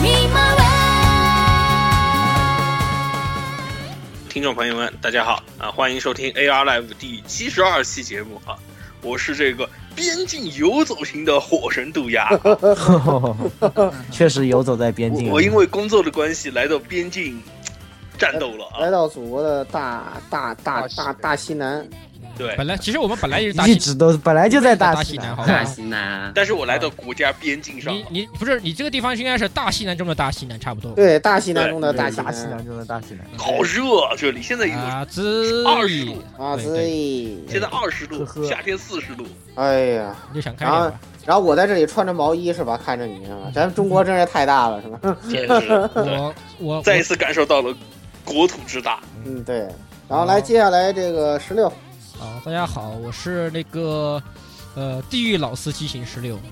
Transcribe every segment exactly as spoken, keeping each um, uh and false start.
听众朋友们，大家好啊！欢迎收听 A R Live 第七十二期节目啊！我是这个边境游走型的火神杜亚， 确实游走在边境。 我, 我因为工作的关系来到边境战斗了啊！ 来到祖国的大大大大大西南。 对， 本来其实我们本来就是大西， 一直都本来就在大西南，好吧？大西南， 但是我来到国家边境上。 你你不是你这个地方应该是大西南中的大西南，差不多。 对，大西南中的大西南， 大西南中的大西南。 好热啊！这里现在有二十度， 啊，所以现在二十度，夏天四十度。 哎呀， 你就想开点吧。 然后我在这里穿着毛衣是吧？看着你啊，咱们中国真是太大了是吧？ 简直， 我我再一次感受到了国土之大。 嗯，对。然后来，接下来这个十六。 啊，大家好，我是那个呃地狱老司机型十六。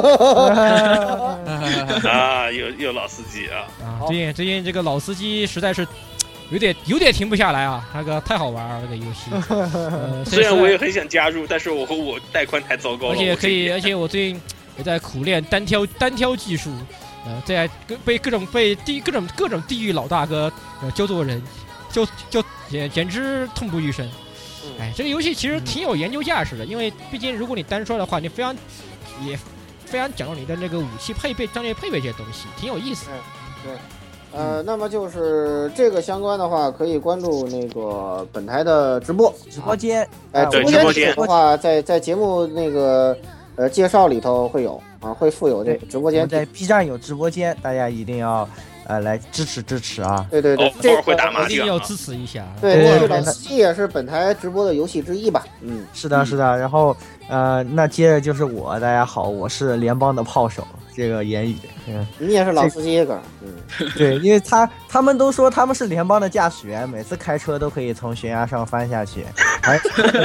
啊，有有老司机啊！ 啊，最近最近这个老司机实在是有点有点停不下来啊，那个太好玩了那个游戏。呃、 虽然我也很想加入，但是我和我带宽太糟糕了。 而且可以，而且我最近也在苦练单挑单挑技术，呃，在被各种被地各种各种地狱老大哥呃教做人，就就简简直痛不欲生。哎，这个游戏其实挺有研究价值的，因为毕竟如果你单说的话，你非常也非常讲究你的那个武器配备、战略配备这些东西，挺有意思。 对，对呃，那么就是这个相关的话，可以关注那个本台的直播直播间。 哎，直播间的话，在在节目那个呃介绍里头会有啊，会附有这个直播间。 在 B 站有直播间，大家一定要。呃，来支持支持啊！ 对对对， 这会儿会打麻将， 一定要支持一下。 对，这个老司机也是本台直播的游戏之一吧？嗯， 是的，是的。然后呃，那接着就是我，大家好，我是联邦的炮手，这个言语。嗯， 你也是老司机哥。 嗯，对，因为他他们都说他们是联邦的驾驶员，每次开车都可以从悬崖上翻下去。哎，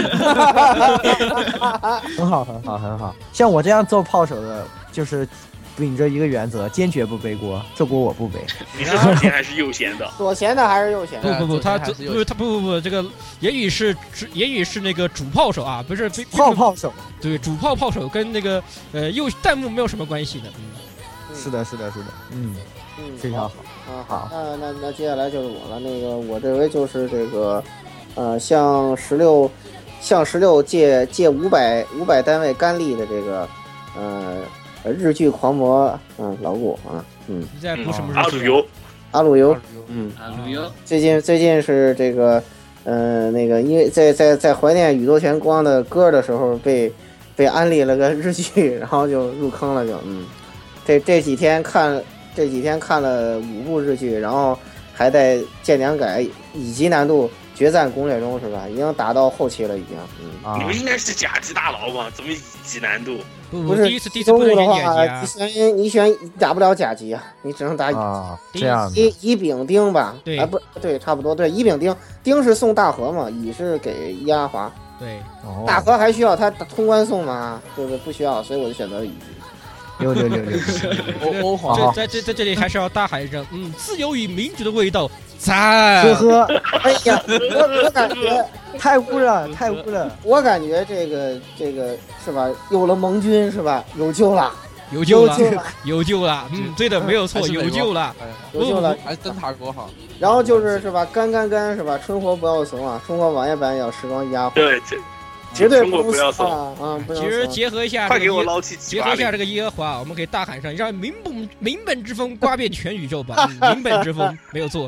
很好，很好，很好。像我这样做炮手的，就是。秉着一个原则，坚决不背锅，这锅我不背。 你是左贤还是右贤的？ 左贤的还是右贤的？ 不不不，他不他不不不，这个言语是言语是那个主炮手啊，不是炮炮手。 对，主炮炮手跟那个呃右弹幕没有什么关系的。 嗯，是的，是的，是的，嗯嗯， 非常好啊好。那那那接下来就是我了，那个我这回就是这个呃向十六向十六借借五百五百单位干力的这个呃。日剧狂魔，嗯，老古啊，嗯， 你在补什么日剧？ 阿鲁游， 阿鲁游，嗯， 阿鲁游。 最近最近是这个，呃，那个，因为在在在怀念宇多田光的歌的时候，被被安利了个日剧，然后就入坑了，就嗯，这这几天看这几天看了五部日剧，然后还在渐良改乙级难度决战攻略中，是吧？已经打到后期了，已经，嗯， 啊、你们应该是甲级大佬吧？怎么乙级难度？ 不不是第一次第一次不能选甲级啊！ 你选你选打不了甲级啊，你只能打乙啊。这样乙乙丙丁吧？ 对啊，不对，差不多对。乙丙丁，丁是送大和嘛，乙是给伊阿华。 对， 哦、 大和还需要他通关送吗？对不对？不需要，所以我就选择了乙级。 六六六六， 欧皇这在这在这里还是要大喊一声，嗯，自由与民主的味道，赞！ 呵呵， 哎呀，我我感觉太污了，太污了。 我感觉这个这个是吧？有了盟军是吧？有救了， 有救了，有救了。嗯，对的，没有错，有救了， 有救了， 还是灯塔国好。 然后就是是吧？干干干是吧？春火不要怂啊！春火网页版也要时光压对这。 绝对不要送啊！ 其实结合一下， 快给我捞起！ 结合一下这个耶和华，我们可以大喊上，让民本民本之风刮遍全宇宙吧！民本之风没有错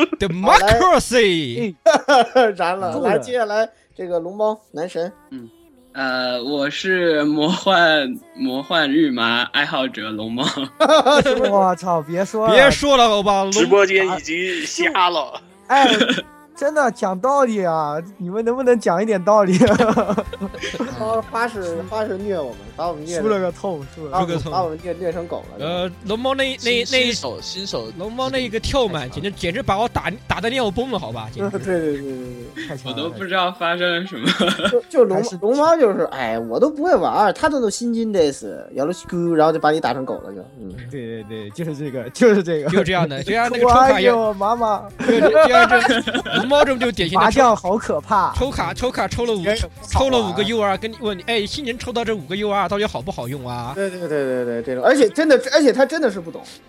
，democracy 燃了！来，接下来这个龙猫男神， 嗯，呃，我是魔幻魔幻日麻爱好者龙猫。 我操！别说了， 别说了，好吧？ 直播间已经瞎了。 哎。真的讲道理啊！你们能不能讲一点道理？ 花式花式虐我们，把我们虐输了个痛，输了个痛，把我们虐虐成狗了。 呃，龙猫那那那新手新手， 龙猫那一个跳满，简直简直把我打打的尿崩了，好吧？ 对对对对对， 太强了！我都不知道发生了什么。 就就龙龙猫就是，哎，我都不会玩，他都都心惊的是，摇了咕，然后就把你打成狗了，就。嗯， 对对对，就是这个，就是这个， 就这样的，就像那个抽卡一样， 妈妈， 就就像这。龙猫这么就典型的麻将好可怕， 抽卡抽卡抽了五抽了五个 U R， 跟你问你，哎，新人抽到这五个 U R 到底好不好用啊？ 对对对对对，这种，而且真的，而且他真的是不懂，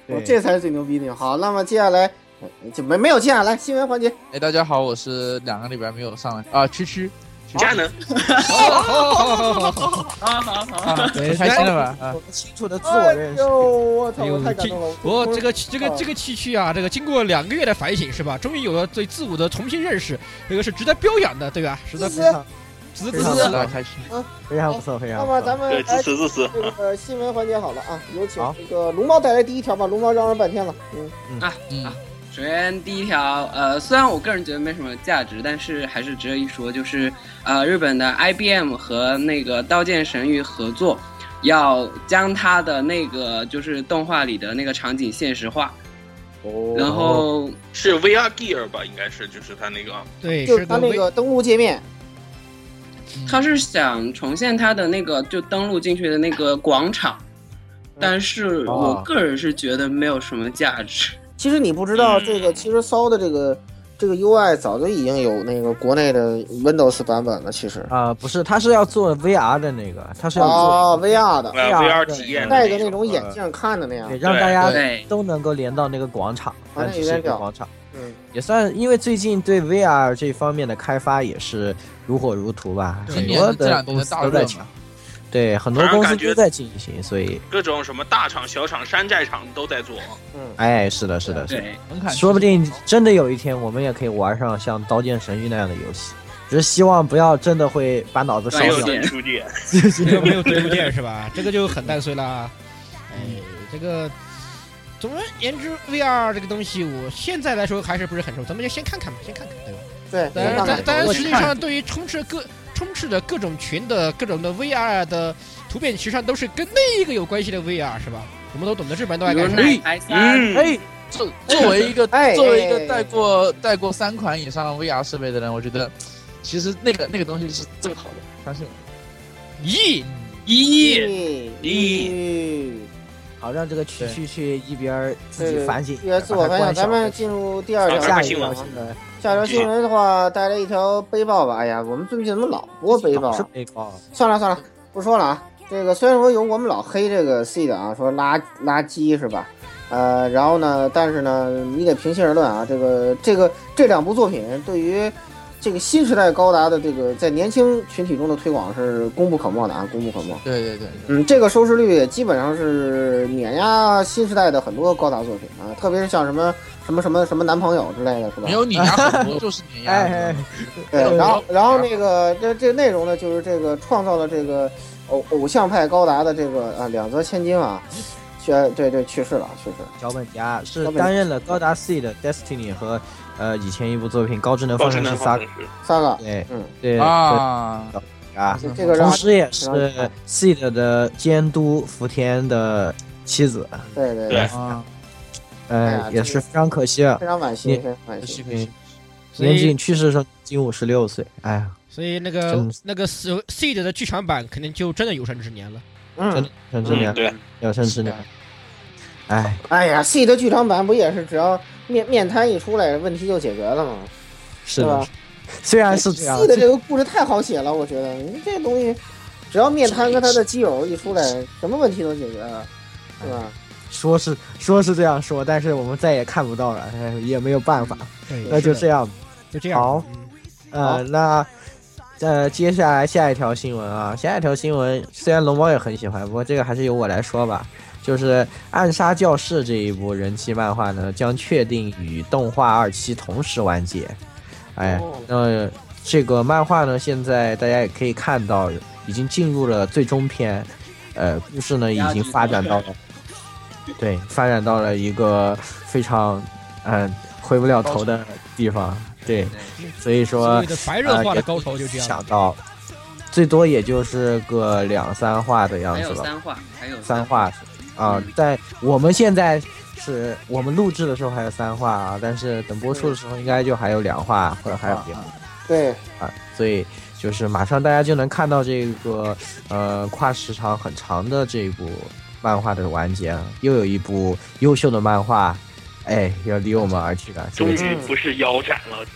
我这才是最牛逼的。好，那么接下来就没没有接下来新闻环节。 哎，大家好，我是两个礼拜没有上来啊，区区。 佳能， 好好好好好好， 好好好， 啊，开心了吧？啊， 清楚的自我认识。 哎呦，我操， 哎呦我太感动了！ 我这个这个这个区区啊，这个经过两个月的反省是吧，终于有了对自我的重新认识，这个是值得表扬的，对吧？值得支持值得非常支持大家开心。 非常不错，非常那不错。 么咱们对，支持支持。 这个新闻环节好了啊，有请好这个龙猫带来第一条吧。龙猫嚷嚷半天了，嗯， 嗯， 首先第一条，呃，虽然我个人觉得没什么价值，但是还是值得一说，就是呃，日本的 I B M 和那个《刀剑神域》合作，要将它的那个就是动画里的那个场景现实化， 哦然后是 V R Gear 吧？应该是，就是他那个。 对， 就是它个那个登录界面， 他是想重现他的那个就登录进去的那个广场，但是我个人是觉得没有什么价值。 其实你不知道， 嗯这个其实骚的这个这个 U I 早就已经有那个国内的 Windows 版本了。其实啊、不是，他是要做 V R 的那个，他是要做、 哦 V R 的， 呃 V R V R 体验的戴着那那种。 种眼镜看的那样对，。让大家对， 都能够连到那个广场， 那但只是有点屌一个广场。 嗯， 也算，因为最近对 V R 这方面的开发也是如火如荼吧， 对很多这两年公司的大都在抢热嘛，， 对，很多公司都在进行，所以， 各种什么大厂、小厂、山寨厂都在做。 嗯， 哎，是的，是的，是的， 对， 门槛说不定真的有一天我们也可以玩上像《刀剑神域》那样的游戏，只是希望不要真的会把脑子烧掉。 没有点出点， 没有没有对不见是吧？这个就很蛋碎啦。哎，这个总而言之 ，V R 这个东西，我现在来说还是不是很熟，咱们就先看看吧，先看看，对吧？ 对， 当然， 看看当当然， 我实际上对于充斥各充斥着各种群的各种的 V R 的图片，实际上都是跟那个有关系的 V R 是吧？我们都懂得，日本都爱比如干什么？ 奶白三， 嗯， 哎，作作为一个哎作为一个哎带过带过三款以上 V R 设备的人，我觉得其实那个那个东西是最好的，相信我。 咦， 一咦， 好，让这个区区去一边儿自己对反省， 一边自我反省。咱们进入第二条下一新闻条新闻， 下条新闻的话，带来一条背报吧。哎呀，我们最近怎么老播背报是啊？ 背包， 算了算了，不说了啊。这个虽然说有我们老黑这个 C 的啊，说垃垃圾是吧？呃，然后呢，但是呢，你得平心而论啊，这个这个这两部作品对于这个新时代高达的这个在年轻群体中的推广是功不可没的啊，功不可没。 对对对， 嗯，这个收视率也基本上是碾压新时代的很多高达作品啊，特别是像什么什么什么什么男朋友之类的，是吧？ 没有碾压很多就是碾压。 哎哎对，然后然后那个这这内容呢，就是这个创造了这个偶偶像派高达的这个啊两泽千金啊，去对对去世了，去世了。 脚本家是脚本家担任了高达 C 的 Destiny 和呃以前一部作品《高智能高智能方程式三方》程式。 三个， 对嗯， 对啊， 啊， 这这个让同时也是 Seed 的监督福田的妻子， 对对对对， 啊， 哎呀呃，也是非常可惜啊非，常惋惜， 你非常惋惜。 对， 所年仅以去世的时候仅五十六岁，哎呀， 所以那个真是那个 Seed 的剧场版肯定就真的有生之年了。 嗯真的，有生之年， 嗯，对， 有生之年，哎， 哎呀，C 的剧场版不也是只要面面瘫一出来，问题就解决了吗？ 是的是吧， 虽然是这样 C 的这个故事太好写了，我觉得你这东西只要面瘫跟他的基友一出来，什么问题都解决了，是吧？ 说是说是这样说，但是我们再也看不到了，哎，也没有办法， 对那就这样。 就这样。 好嗯呃，那呃，接下来下一条新闻啊，下一条新闻虽然龙猫也很喜欢，不过这个还是由我来说吧。就是《暗杀教室》这一部人气漫画呢，将确定与动画二期同时完结。哎，那这个漫画呢，现在大家也可以看到，已经进入了最终篇，呃，故事呢已经发展到了，对，发展到了一个非常嗯、呃、回不了头的地方。对，所以所说谓的白热化的高潮就这样。 想到最多也就是个两三话的样还子了， 有三话，还有三话啊，在我们现在是我们录制的时候还有三话啊，但是等播出的时候应该就还有两话或者还有一话对， 啊，所以就是马上大家就能看到这个呃跨时长很长的这部漫画的完结了，又有一部优秀的漫画，哎，要离我们而去了，这终个于不是腰斩了，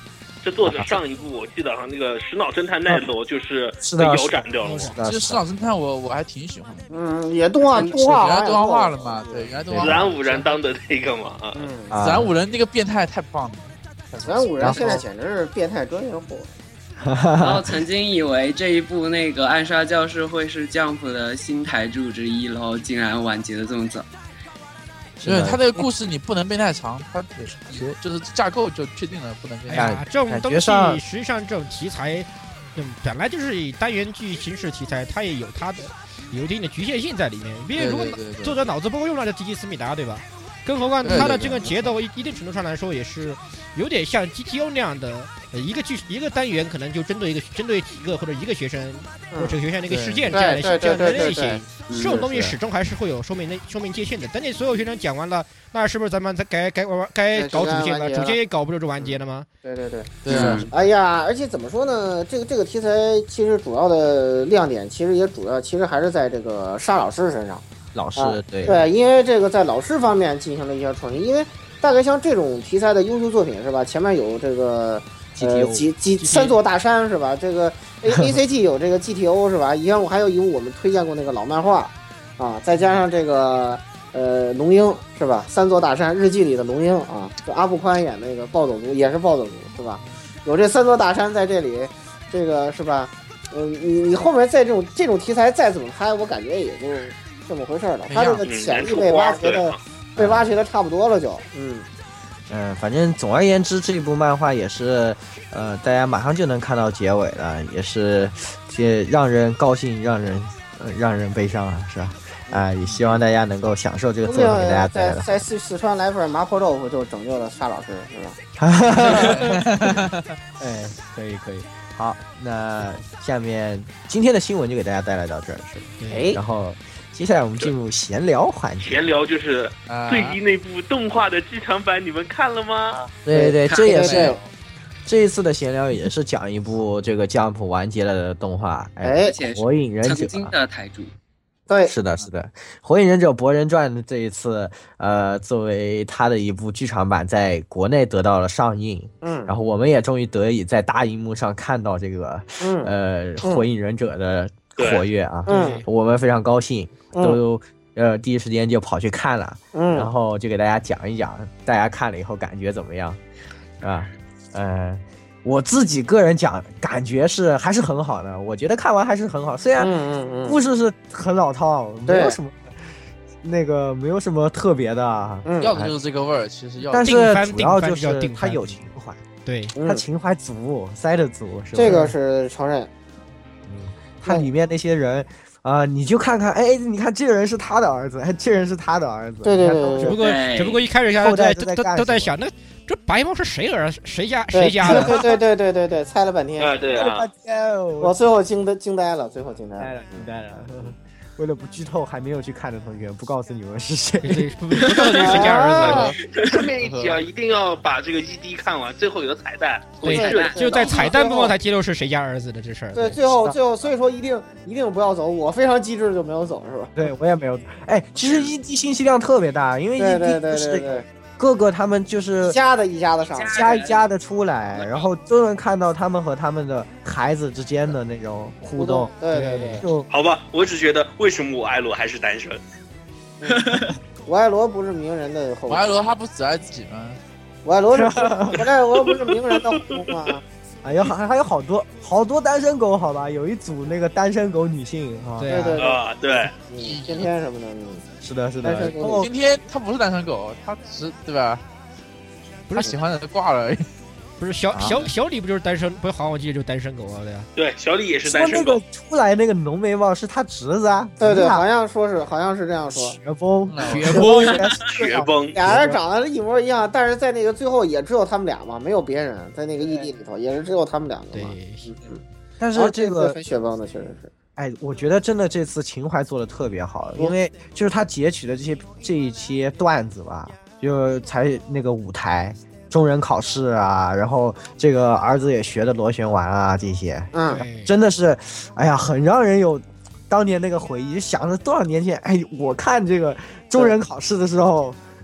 这作者上一部我记得好像那个《石脑侦探奈罗》就是是的被腰斩掉了。 是的其实《石脑侦探》我我还挺喜欢的， 嗯，也动画动画原来动画化了嘛，对，原来动画化。 子然五人当的那个嘛啊， 嗯， 子然五人那个变态太棒了， 子然五人现在简直是变态专业户。 然后曾经以为这一部那个《暗杀教室》会是 Jump 的新台柱之一，然后竟然完结的这么早。 因为他那个故事你不能变太长，他就是架构就确定了不能变太长。 哎呀，这种东西感觉上实际上这种题材，嗯，本来就是以单元剧形式题材，它也有它的有一定的局限性在里面。毕竟如果对对对对作者脑子不够用，那就迪基斯米达，对吧？更何况对对对它的这个节奏一一定程度上来说也是有点像 G T O 那样的，呃，一个剧一个单元可能就针对一个针对几个或者一个学生或者这个学生的一个事件这样的对这样的类对对对型。这种东西始终还是会有说明那说明界限的。等你所有学生讲完了，那是不是咱们再该该玩该搞主线了？主线也搞不了就完结了吗？ 对对对， 对啊， 哎呀，而且怎么说呢？这个这个题材其实主要的亮点，其实也主要其实还是在这个沙老师身上。 老师啊对对，因为这个在老师方面进行了一些创新，因为大概像这种题材的优秀作品是吧？前面有这个呃 G T O 几几三座大山是吧？这个 A A C G 有这个 G T O 是吧？以前我还有有我们推荐过那个老漫画啊，再加上这个呃龙樱是吧？三座大山日记里的龙樱啊，就阿布宽演那个暴走族也是暴走族是吧？有这三座大山在这里，这个是吧？嗯、呃，你你后面再这种这种题材再怎么拍，我感觉也就这么回事了。他这个潜力被挖掘的，被挖掘的差不多了就，嗯嗯，反正总而言之，这部漫画也是，呃，大家马上就能看到结尾了，也是，这让人高兴，让人，呃，让人悲伤啊，是吧？啊、呃，也希望大家能够享受这个作品给大家带来的。 在四四川来份麻婆豆腐就拯救了沙老师，是吧？ 哎，可以可以。好，那下面今天的新闻就给大家带来到这儿是， 哎， 然后接下来我们进入闲聊环节。 闲聊就是最近那部动画的剧场版，你们看了吗？ 对对，这也是对这一次的闲聊，也是讲一部这个 Jump 完结了的动画， 哎， 火影忍者曾经的台柱。 对， 是的，是的，《火影忍者博人传》这一次，呃，作为它的一部剧场版，在国内得到了上映， 嗯， 然后我们也终于得以在大荧幕上看到这个， 嗯， 呃，《火影忍者》的活跃啊， 嗯， 我们非常高兴，都呃第一时间就跑去看了， 嗯， 然后就给大家讲一讲，大家看了以后感觉怎么样，啊，呃。我自己个人讲，感觉是还是很好的。我觉得看完还是很好，虽然故事是很老套，嗯嗯嗯、没有什么那个没有什么特别的， 嗯、 要的就是这个味儿。其实要， 但是主要就是他有情怀， 对他情怀足，塞得足，是吧？ 这个是承认。 嗯，他里面那些人。啊、呃，你就看看，哎，你看这个人是他的儿子，哎，这人是他的儿子， 对对对， 只不过只不过一开始下都在都都在想，那这白猫是谁儿谁家谁家的？ 对对对对对对，猜了半天啊，对啊， 我最后惊呆惊呆了，最后惊呆了，惊呆了。为了不剧透，还没有去看的同学，不告诉你们是谁， 不知道你是谁家儿子。下面一集啊，一定要把这个 E D 看完，最后有彩蛋。 对，就在彩蛋部分才揭露是谁家儿子的这事儿。 对，最后最后，所以说一定一定不要走，我非常机智就没有走，是吧？ 对，我也没有。哎，其实 E D 信息量特别大，因为 E D 就是各个他们就是一家的一家的上， 一家一家的出来，然后都能看到他们和他们的孩子之间的那种互动。 对对对， 就好吧，我只觉得为什么我爱罗还是单身？ 我爱罗不是鸣人的后， 我爱罗他不只爱自己吗？ 我爱罗是，我爱罗不是鸣人的后吗？ 哎呀，还还有好多好多单身狗，好吧，有一组那个单身狗女性啊， 对对啊，对， 天天什么的， 是的，是的。 今天他不是单身狗，他只是对吧？他喜欢的都挂了而已。 不是小小小李不就是单身？不是好像我记得就是单身狗啊，对呀。 对，小李也是单身狗。 那个出来那个浓眉毛是他侄子啊？ 对对，好像说是，好像是这样说。 雪崩， 雪崩， 雪崩， 俩人长得一模一样，但是在那个最后也只有他们俩嘛，没有别人，在那个异地里头也是只有他们两个嘛。 对， 嗯。 但是这个很雪崩的确实是。 哎，我觉得真的这次情怀做的特别好，因为就是他截取的这些这一些段子吧，就才那个舞台。中忍考试啊，然后这个儿子也学的螺旋丸啊，这些， 嗯， 真的是，哎呀，很让人有当年那个回忆，想着多少年前，哎，我看这个中忍考试的时候，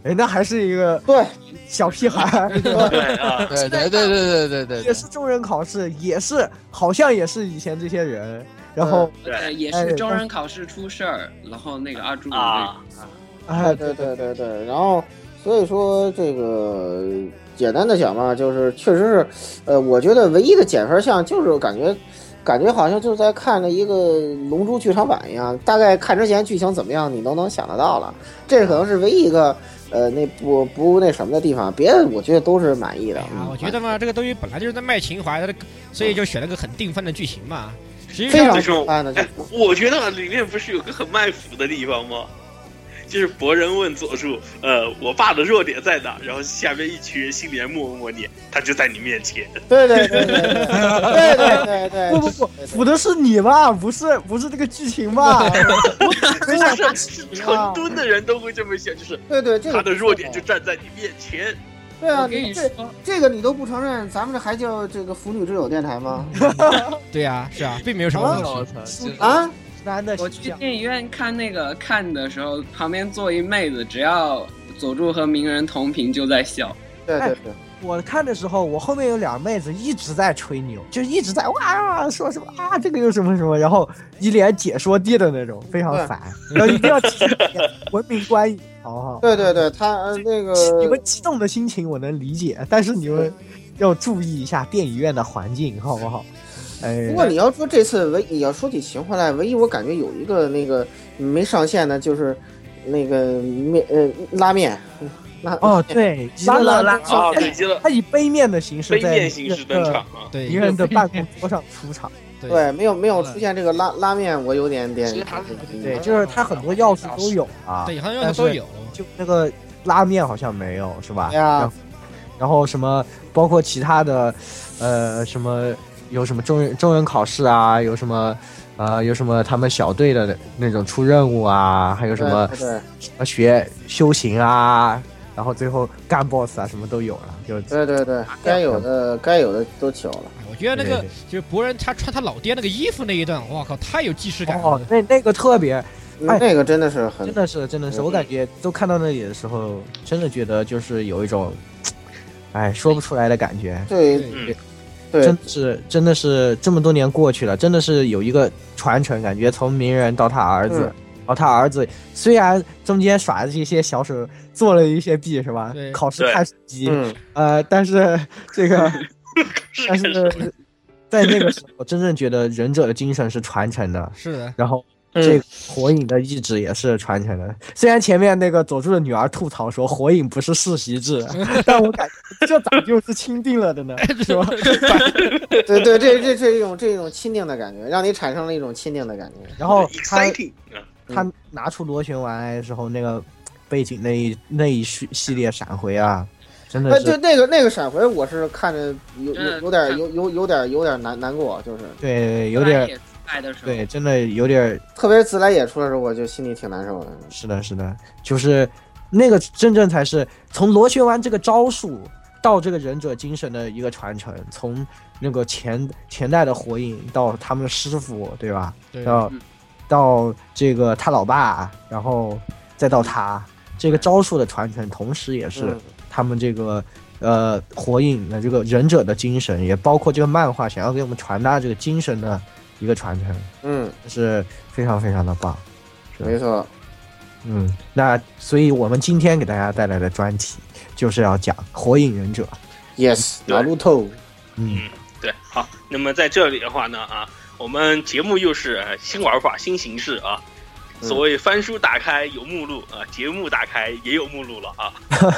哎，那还是一个对小屁孩， 对啊， 对对对对对对对也是中人考试，也是好像也是以前这些人，然后对，也是中人考试出事儿，然后那个阿朱啊， 哎， 对对对对，然后所以说这个简单的讲嘛，就是确实是，呃，我觉得唯一的减分项就是感觉。感觉好像就在看了一个《龙珠》剧场版一样，大概看之前剧情怎么样，你都能想得到了。这可能是唯一一个呃那不不那什么的地方，别的我觉得都是满意的。 啊，我觉得嘛，这个东西本来就是在卖情怀的，所以就选了个很定番的剧情嘛。实际非上， 常安的。 哎，我觉得里面不是有个很卖腐的地方吗？就是博人问佐助，呃，我爸的弱点在哪？然后下面一群人心里还默默念，他就在你面前。 对对对对对对对对对， 不不不，腐的是你吧？不是不是这个剧情吧？ 不是，是成吨的人都会这么想，就是对对，这个他的弱点就站在你面前。 对啊， 我跟你这说， 这个你都不承认，咱们这还叫这个腐女之友电台吗？ 对呀、啊，是啊，并没有什么问题。 我操！ 啊？ 男的我去电影院看那个看的时候，旁边坐一妹子，只要佐助和鸣人同屏就在笑。 对对对， 我看的时候，我后面有两妹子一直在吹牛，就一直在哇说什么啊这个有什么什么，然后一脸解说帝的那种，非常烦。然后一定要文明观影，好不好？ 对对对，他呃那个你们激动的心情我能理解，但是你们要注意一下电影院的环境，好不好？哎， 不过你要说这次唯你要说起情怀来，唯一我感觉有一个那个没上线的，就是那个面呃拉面。拉哦，对， 拉拉拉啊，对极了， 他以杯面的形式杯在面形式登场啊， 对， 敌人的办公桌上出场。 对，没有没有出现这个拉拉面，我有点点。 对，就是它很多要素都有啊， 对，好像都有， 就那个拉面好像没有，是吧？ 对呀。 然后什么，包括其他的，呃，什么有什么中人中人考试啊，有什么，呃，有什么他们小队的那种出任务啊，还有什么对学修行啊，然后最后干 boss 啊，什么都有了，就对对对，该有的该有的都有了。 我觉得那个就是博人他穿他老爹那个衣服那一段，哇靠，太有既视感了。 哦，那那个特别。 哎，那个真的是很， 真的是，真的是，我感觉都看到那里的时候，真的觉得就是有一种，哎，说不出来的感觉。 对， 嗯， 对， 真是，真的是这么多年过去了，真的是有一个传承，感觉从鸣人到他儿子， 嗯、 然后他儿子虽然中间耍的这些小手，做了一些弊，是吧？考试看手机， 嗯， 呃，但是这个，但是在那个时候，真正觉得忍者的精神是传承的， 是的， 然后。这个火影的意志也是传承的，虽然前面那个佐助的女儿吐槽说火影不是世袭制，但我感觉这咋就是钦定了的呢？是吧？ 对对，这这这一种这种钦定的感觉，让你产生了一种钦定的感觉。 然后他嗯、 他拿出螺旋丸来的时候，那个背景那一那一系列闪回啊，真的是。 就那个那个闪回，我是看着有有有点有有有点有点难难过，就是对有点。 的时候对，真的有点， 特别是自来也出的时候，我就心里挺难受的。 是的，是的，就是那个真正才是从螺旋丸这个招数到这个忍者精神的一个传承，从那个前前代的火影到他们的师傅，对吧？ 对， 到、嗯、到这个他老爸，然后再到他这个招数的传承，同时也是他们这个。呃，火影的这个忍者的精神，也包括这个漫画想要给我们传达这个精神的一个传承， 嗯， 是非常非常的棒， 没错， 嗯，那所以我们今天给大家带来的专题就是要讲火影忍者 ，yes， 拿路透， 嗯，对，好，那么在这里的话呢，啊，我们节目又是新玩法、新形式啊。所谓翻书打开有目录啊，节目打开也有目录了啊。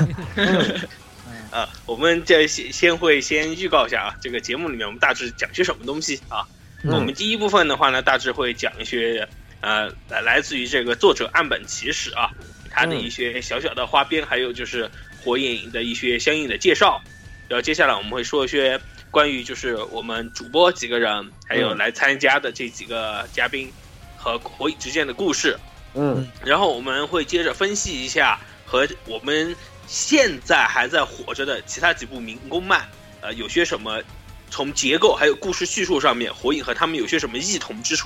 呃，我们这先先会先预告一下啊，这个节目里面我们大致讲些什么东西啊？嗯、我们第一部分的话呢，大致会讲一些呃，来来自于这个作者岸本齐史啊，他的一些小小的花边，还有就是火影的一些相应的介绍。然后接下来我们会说一些关于就是我们主播几个人，还有来参加的这几个嘉宾和火影之间的故事。 嗯， 然后我们会接着分析一下和我们现在还在火着的其他几部民工漫，呃，有些什么从结构还有故事叙述上面，火影和他们有些什么异同之处。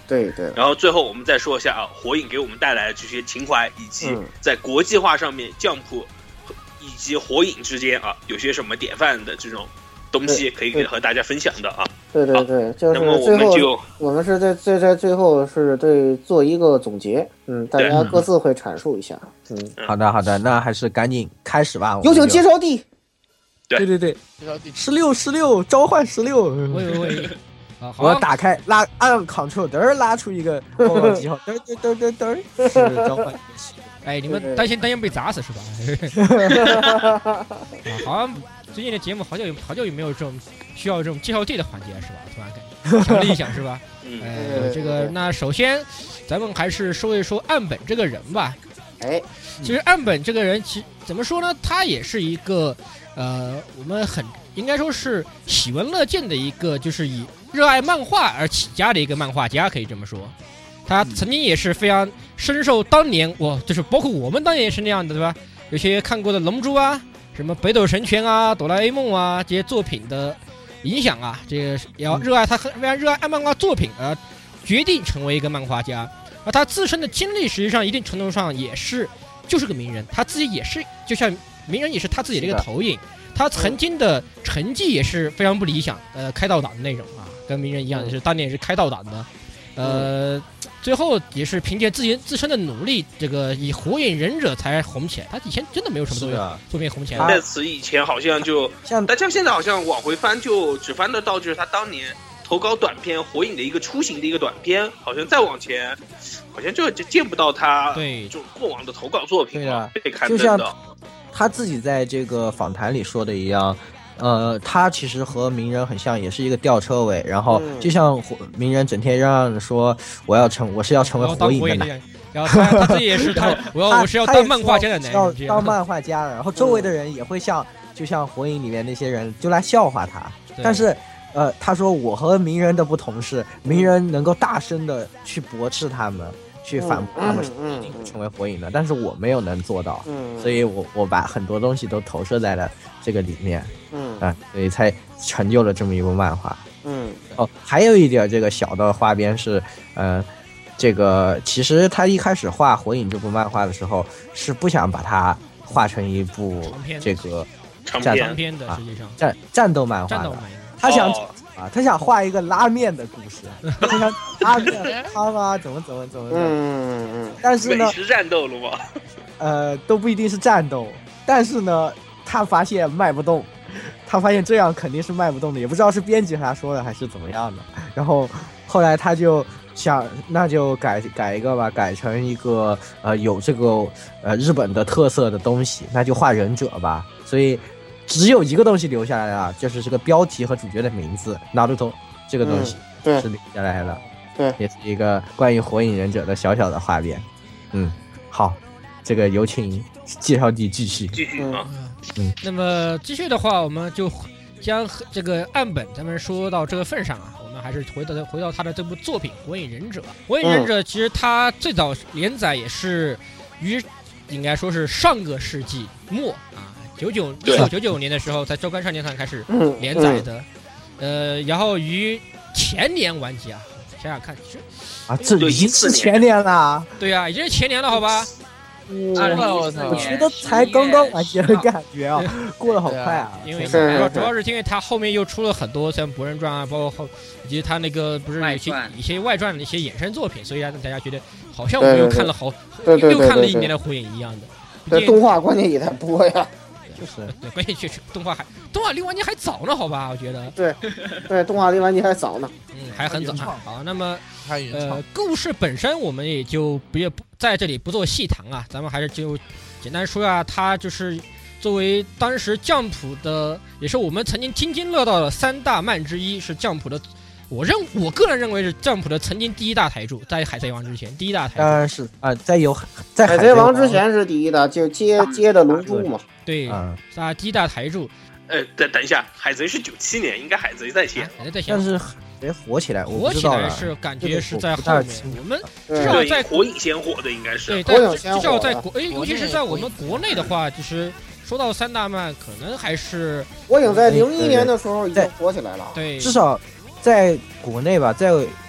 对对。 然后最后我们再说一下啊，火影给我们带来的这些情怀，以及在国际化上面Jump以及火影之间啊有些什么典范的这种东西可以给和大家分享的啊。 对对对，就是那么我最后们就我们是在在在最后是对做一个总结，嗯，大家各自会阐述一下，嗯， 好的好的，那还是赶紧开始吧。 有请介绍地。 对对对，十六十六召唤十六。 喂喂喂，啊，好我打开拉按 Ctrl 嘚拉出一个报告记号，嘚嘚嘚嘚嘚，是召唤。 哎，你们担心担心被砸死是吧？啊，好像最近的节目好久有好久有没有这种需要这种介绍地的环节是吧？突然感觉强烈一想是吧？ 嗯， 呃，这个那首先咱们还是说一说岸本这个人吧。 哎， 其实岸本这个人，其怎么说呢？他也是一个呃，我们很应该说是喜闻乐见的一个，就是以热爱漫画而起家的一个漫画家，可以这么说。他曾经也是非常深受当年哇，就是包括我们当年也是那样的，对吧？有些看过的《龙珠》啊，什么《北斗神拳》啊、《哆啦 A 梦》啊这些作品的影响啊，这个也要热爱他，非常热爱漫画作品而决定成为一个漫画家。而他自身的经历，实际上一定程度上也是就是个名人，他自己也是就像名人，也是他自己的一个投影。他曾经的成绩也是非常不理想，呃，开倒档的那种啊，跟名人一样，也是当年也是开倒档的。呃，最后也是凭借自己自身的努力，这个以火影忍者才红起来。他以前真的没有什么作品作品红起来。 在此以前好像就像大家现在好像往回翻，就只翻得到就是他当年投稿短片《火影》的一个雏形的一个短片，好像再往前，好像就就见不到他对就过往的投稿作品了，被刊登的。就像他自己在这个访谈里说的一样。呃，他其实和鸣人很像，也是一个吊车尾。然后就像鸣人整天嚷嚷说我要成，我是要成为火影的男。 然后他他自己也是他，我要我是要当漫画家的男人， 要当漫画家。然后周围的人也会像，就像火影里面那些人就来笑话他。但是，呃，他说我和鸣人的不同是，鸣人能够大声的去驳斥他们。去反驳他们一定会成为火影的，但是我没有能做到，所以我我把很多东西都投射在了这个里面，嗯啊，所以才成就了这么一部漫画。 嗯， 哦，还有一点这个小的花边是，呃，这个其实他一开始画火影这部漫画的时候，是不想把它画成一部这个战长篇的，实际上战战斗漫画的，他想。哦啊，他想画一个拉面的故事，他想拉面汤啊，怎么怎么怎么的， 嗯嗯， 但是呢， 美食战斗了吗？ 呃，都不一定是战斗，但是呢，他发现卖不动，他发现这样肯定是卖不动的，也不知道是编辑和他说的还是怎么样的。然后后来他就想，那就改改一个吧，改成一个呃有这个呃日本的特色的东西，那就画忍者吧。所以。只有一个东西留下来了，就是这个标题和主角的名字拿鲁头这个东西是留下来了， 对， 也是一个关于火影忍者的小小的画面。嗯，好，这个有请介绍地继续继续啊。 嗯，那么继续的话，我们就将这个岸本咱们说到这个份上啊，我们还是回到回到他的这部作品《火影忍者》。《火影忍者》其实他最早连载也是于应该说是上个世纪末啊。九九一九九九年的时候，在周刊少年团开始连载的，嗯、呃，然后于前年完结啊，想想看，其实啊，这已经是前年了， 对啊，已经是前年了，好吧？ 哇， 我觉得才刚刚完结的感觉啊，过得好快啊！ 因为主要主要是因为他后面又出了很多像《博人传》啊，包括后以及他那个不是有些一些外传的一些衍生作品，所以让大家觉得好像我们又看了好又看了一年的火影一样的。 这动画关键也在播呀。 就是对，关键确实动画还动画离完结还早呢，好吧？我觉得对，对，动画离完结还早呢， 嗯，还很早。好，那么呃，故事本身我们也就不也不在这里不做细谈啊，咱们还是就简单说啊，它就是作为当时Jump的，也是我们曾经津津乐道的三大漫之一，是Jump的。我认我个人认为是Jump的曾经第一大台柱，在海贼王之前第一大台柱。 当然是啊，在有在海贼王之前是第一大，就接接的龙珠嘛。 对，啊，第一大台柱。 呃，等等一下，海贼是九七年，应该海贼在先， 海贼在先。 但是海贼火起来， 火起来是感觉是在后面。我们至少在火影先火的应该是。 对，但至少在国，哎，尤其是在我们国内的话，就是说到三大漫，可能还是火影在零一年的时候已经火起来了。 对， 至少。在国内吧，在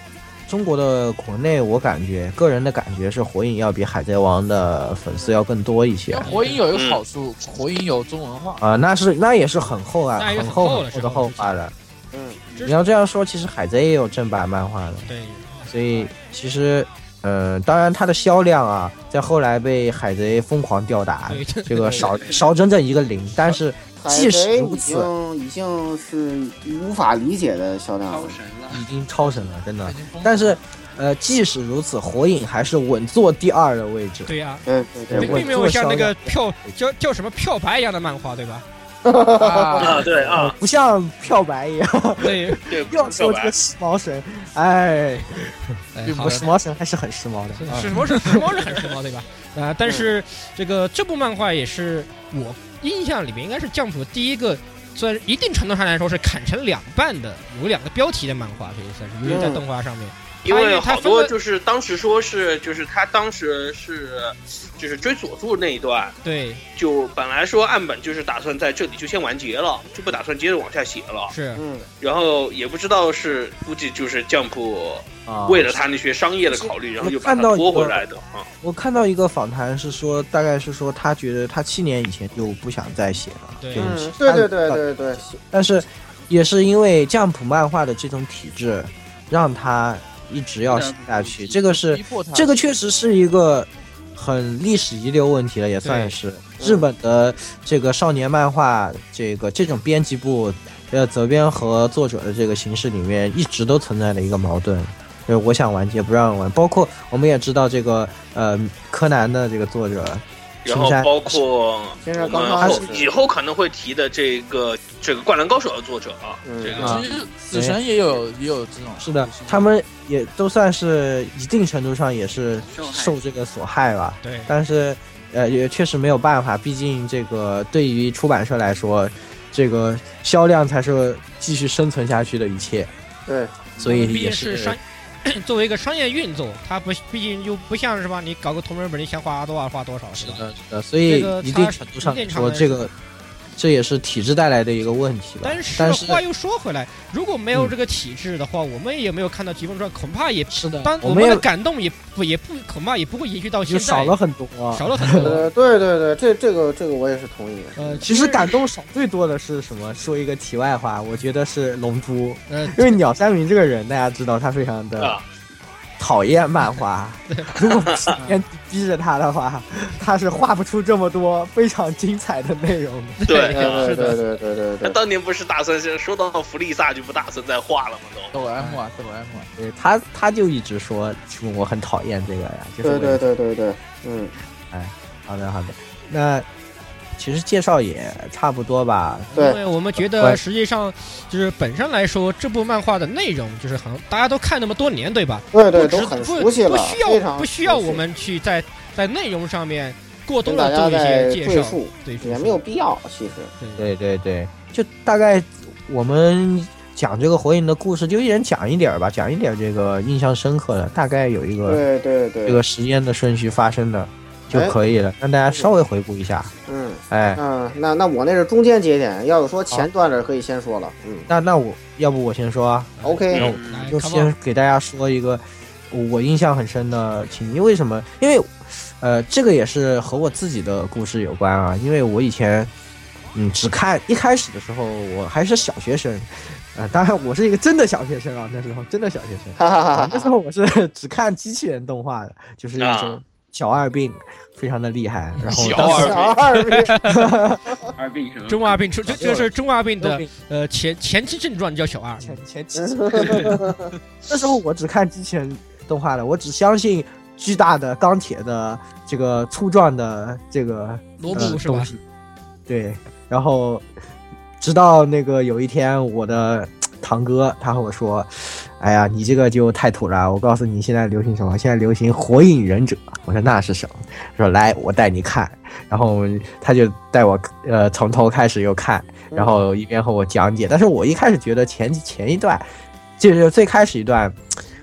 中国的国内，我感觉个人的感觉是火影要比海贼王的粉丝要更多一些。 火影有一个好处，火影有中文化啊、呃，那是那也是很厚啊， 很厚很厚的后话的。 嗯， 你要这样说，其实海贼也有正版漫画的。 对， 所以其实。呃，当然，它的销量啊，在后来被海贼疯狂吊打，这个少少整整一个零。但是即使如此， 已经已经是无法理解的销量了， 超神了， 已经超神了，真的。但是，呃，即使如此，火影还是稳坐第二的位置。 对呀、啊， 对对对， 并没有像那个漂叫叫什么漂白一样的漫画，对吧？ 啊，对啊， 不像漂白一样。 对对， 要说这个时髦神，哎， 哎我时髦神还是很时髦的。 时髦是时髦是很时髦，对吧？啊、呃，但是这个这部漫画也是我印象里面应该是Jump第一个，虽然一定程度上来说是砍成两半的，有两个标题的漫画，可以算是，因为在动画上面。 因为好多就是当时说是，就是他当时是，就是追佐助那一段， 对， 就本来说岸本就是打算在这里就先完结了，就不打算接着往下写了， 是， 嗯， 然后也不知道是估计就是 Jump 为了他那些商业的考虑，然后又把它拖回来的啊。 我看到一个访谈是说，大概是说他觉得他七年以前就不想再写了， 对， 嗯，对对对对对， 但是也是因为Jump漫画的这种体制，让他。一直要写下去，这个是这个确实是一个很历史遗留问题了，也算是日本的这个少年漫画这个这种编辑部呃责编和作者的这个形式里面一直都存在的一个矛盾，就是我想完结不让完，包括我们也知道这个呃柯南的这个作者。 然后包括我们后以后可能会提的这个这个《灌篮高手》的作者啊， 嗯、 这个其实死神也有也有这种， 是的，他们也都算是一定程度上也是受这个所害吧。 对， 但是呃也确实没有办法，毕竟这个对于出版社来说，这个销量才是继续生存下去的一切。 对， 所以也是商。作为一个商业运作，它不毕竟就不像是吧？你搞个同人本，你想花多少花多少，是吧？ 是的，是的。所以一定程度上说，这个这也是体制带来的一个问题吧。 但是但是话又说回来，如果没有这个体制的话，嗯、我们也没有看到疾风传，恐怕也是的。 当我们的感动也不也不恐怕也不会延续到现在， 少了很多、啊， 少了很多。 呃，对对对，这这个这个我也是同意的。 呃，其实感动少最多的是什么？说一个题外话，我觉得是龙珠， 呃， 因为鸟山明这个人，大家知道他非常的。 啊讨厌漫画，如果不是别逼着他的话，他是画不出这么多非常精彩的内容的。 对， 对对对对对对。 他当年不是打算说到弗利萨就不打算再画了吗？ 都。抖 M 啊，抖 M 啊。 对他，他就一直说我很讨厌这个呀。就是、 对对对对对，嗯， 哎，好的好的，那。其实介绍也差不多吧， 对， 因为我们觉得实际上就是本身来说，这部漫画的内容就是很大家都看那么多年，对吧？ 对对，都很熟悉了， 不需要不需要我们去在在内容上面过多的做一些介绍， 对，也没有必要。其实， 对对对，就大概我们讲这个火影的故事，就一人讲一点吧，讲一点这个印象深刻的，大概有一个对对对这个时间的顺序发生的。就可以了，让大家稍微回顾一下。 嗯， 哎， 嗯，那那我那是中间节点，要是说前段的可以先说了。嗯， 那那我要不我先说啊 ？OK， 那我就先给大家说一个我印象很深的情节。为什么？因为呃，这个也是和我自己的故事有关啊。因为我以前嗯只看一开始的时候，我还是小学生。呃，当然我是一个真的小学生啊，那时候真的小学生。 哈哈哈， 那时候我是只看机器人动画的，就是那种小二病。非常的厉害，然后小二病， 二病什么？ 中二病，这这是中二病的呃前前期症状叫小二。 前前期，那时候我只看机器人动画的，我只相信巨大的钢铁的这个粗壮的这个萝卜是吧？ 对，然后直到那个有一天，我的堂哥他和我说。哎呀，你这个就太土了！我告诉你，现在流行什么？现在流行《火影忍者》。我说那是什么？说来，我带你看。然后他就带我呃从头开始又看，然后一边和我讲解。但是我一开始觉得前前一段，就是最开始一段，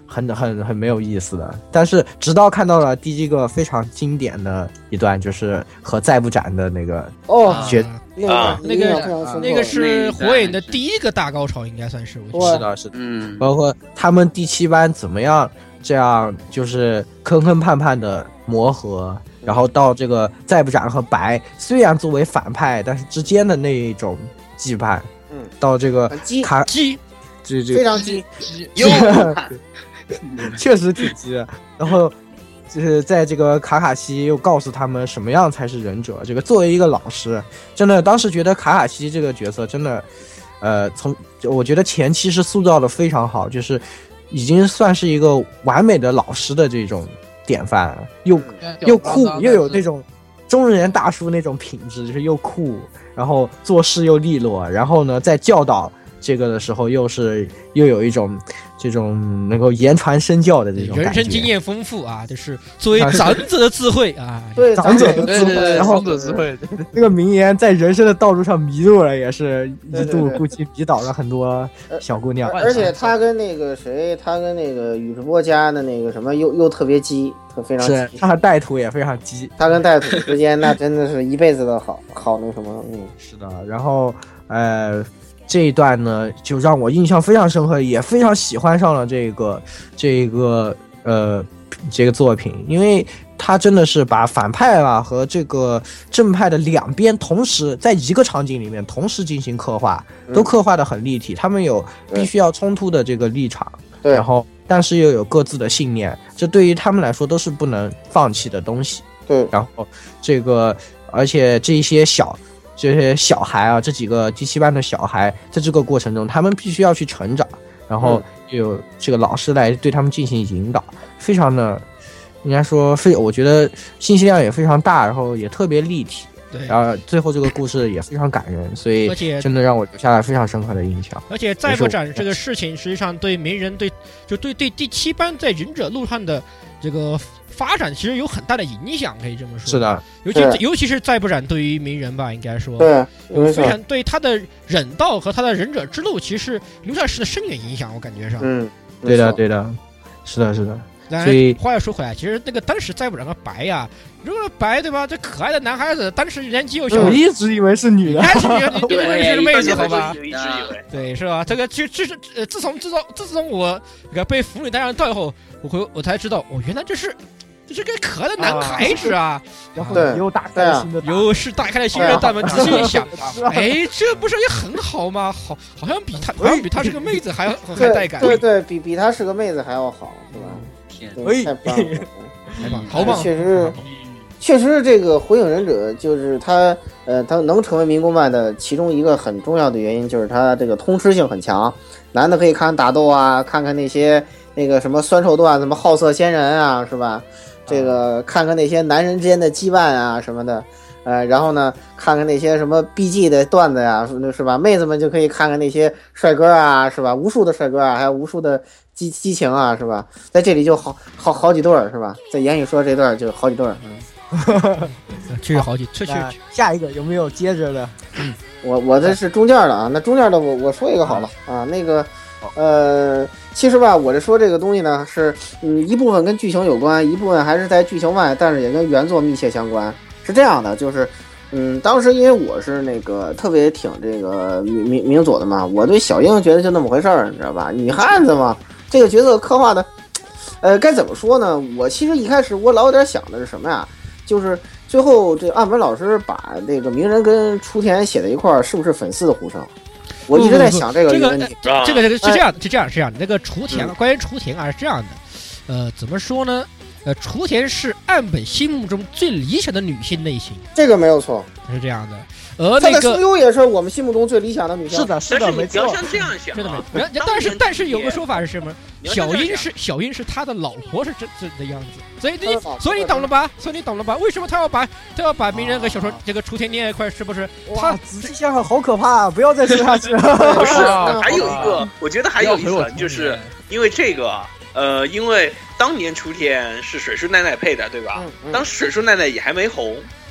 很很很没有意思的。但是直到看到了第一个非常经典的一段，就是和再不斩的那个哦， 决那个啊那个印象非常深刻那个是火影的第一个大高潮，应该算是。我觉得是的，是的， 嗯， 包括他们第七班怎么样，这样就是坑坑盼盼的磨合，然后到这个再不斩和白，虽然作为反派，但是之间的那一种羁绊， 嗯， 到这个很激卡鸡这这非常激， 又确实挺激的。然后就是在这个卡卡西又告诉他们什么样才是忍者。这个作为一个老师，真的当时觉得卡卡西这个角色真的，呃，从我觉得前期是塑造的非常好，就是已经算是一个完美的老师的这种典范，又又酷又有那种中年大叔那种品质，就是又酷，然后做事又利落，然后呢在教导这个的时候又是又有一种这种能够言传身教的这种人感觉生经验丰富啊，就是作为长者的智慧啊。 对长者的智慧， 对对对， 然后长者智慧， 那个名言在人生的道路上迷路了，也是一对对对度估计迷倒了很多小姑娘。 而而且他跟那个谁，他跟那个宇智波家的那个什么又又特别激，特非常是激。 他和带土也非常激， 他跟带土之间那真的是一辈子的好好那什么，嗯， 是的。然后呃。这一段呢，就让我印象非常深刻，也非常喜欢上了这个这个呃这个作品，因为他真的是把反派啊和这个正派的两边同时在一个场景里面同时进行刻画，都刻画的很立体。他们有必须要冲突的这个立场， 对， 然后但是又有各自的信念，这对于他们来说都是不能放弃的东西。 对， 然后这个而且这些小。这些小孩啊，这几个第七班的小孩，在这个过程中，他们必须要去成长，然后有这个老师来对他们进行引导，非常的，应该说非，我觉得信息量也非常大，然后也特别立体， 对， 然后最后这个故事也非常感人，所以而且真的让我留下了非常深刻的印象。 而且再不斩这个事情，实际上对鸣人对就对对第七班在忍者路上的这个发展其实有很大的影响，可以这么说。 是的， 尤其尤其是再不斩对于鸣人吧，应该说对， 有非常对他的忍道和他的忍者之路，其实留下是深远影响，我感觉上。 嗯， 对的，对的，是的，是的。 然所以话又说回来，其实那个当时再不斩和白呀，如果白对吧，这可爱的男孩子，当时年纪又小， 我一直以为是女的， 还是女的，你以为是妹子好吧？ 一直以为， 对，是吧？这个其实呃，自从自从自从我这个被腐女带上道以后，我会我才知道，哦，原来这是。这是个可爱的男孩子啊， 然后对又打开了新的大门， 又是打开了新的大门。仔细一想，哎，这不是也很好吗？好，好像比他，好像比他是个妹子还还带感。 对对，比比他是个妹子还要好，是吧？ 天， 对太棒了， 太棒，好棒！ 确实，确实，这个《火影忍者》就是他，呃，他能成为民工漫的其中一个很重要的原因，就是他这个通吃性很强。男的可以看打斗啊，看看那些那个什么酸臭段，什么好色仙人啊，是吧？这个看看那些男人之间的羁绊啊什么的，呃，然后呢，看看那些什么 B G 的段子呀，是吧？妹子们就可以看看那些帅哥啊，是吧？无数的帅哥啊，还有无数的激激情啊，是吧？在这里就好好好几对儿，是吧？在言语说这段就好几对儿，嗯， 确实好几，确确。 下一个有没有接着的？ 我我这是中间的啊，那中间的我我说一个好了啊，那个。呃，其实吧，我这说这个东西呢，是嗯一部分跟剧情有关，一部分还是在剧情外，但是也跟原作密切相关。是这样的，就是嗯，当时因为我是那个特别挺这个明明明佐的嘛，我对小樱觉得就那么回事儿，你知道吧？女汉子嘛，这个角色刻画的，呃，该怎么说呢？我其实一开始我老有点想的是什么呀？就是最后这岸本老师把这个鸣人跟雏田写在一块儿，是不是粉丝的呼声？我一直在想这个问题。 这个这个这个是这样，是这样，是这样的。那个雏田，关于雏田啊是这样的，呃，怎么说呢？呃，雏田是岸本心目中最理想的女性类型， 这个没有错， 是这样的。而那个声优也是我们心目中最理想的女性。 是的，是的，没错。 不要像这样想， 是的，没。但是但是有个说法是什么？小樱是小樱是他的老婆是这这的样子，所以你所以你懂了吧？所以你懂了吧？为什么他要把他要把鸣人和小说这个雏田捏在一块？是不是？他仔细想想，好可怕！不要再说下去了。 不是，还有一个，我觉得还有一层，就是因为这个。呃，因为当年雏田是水树奈奈配的，对吧？ 嗯嗯、 当水树奈奈也还没红，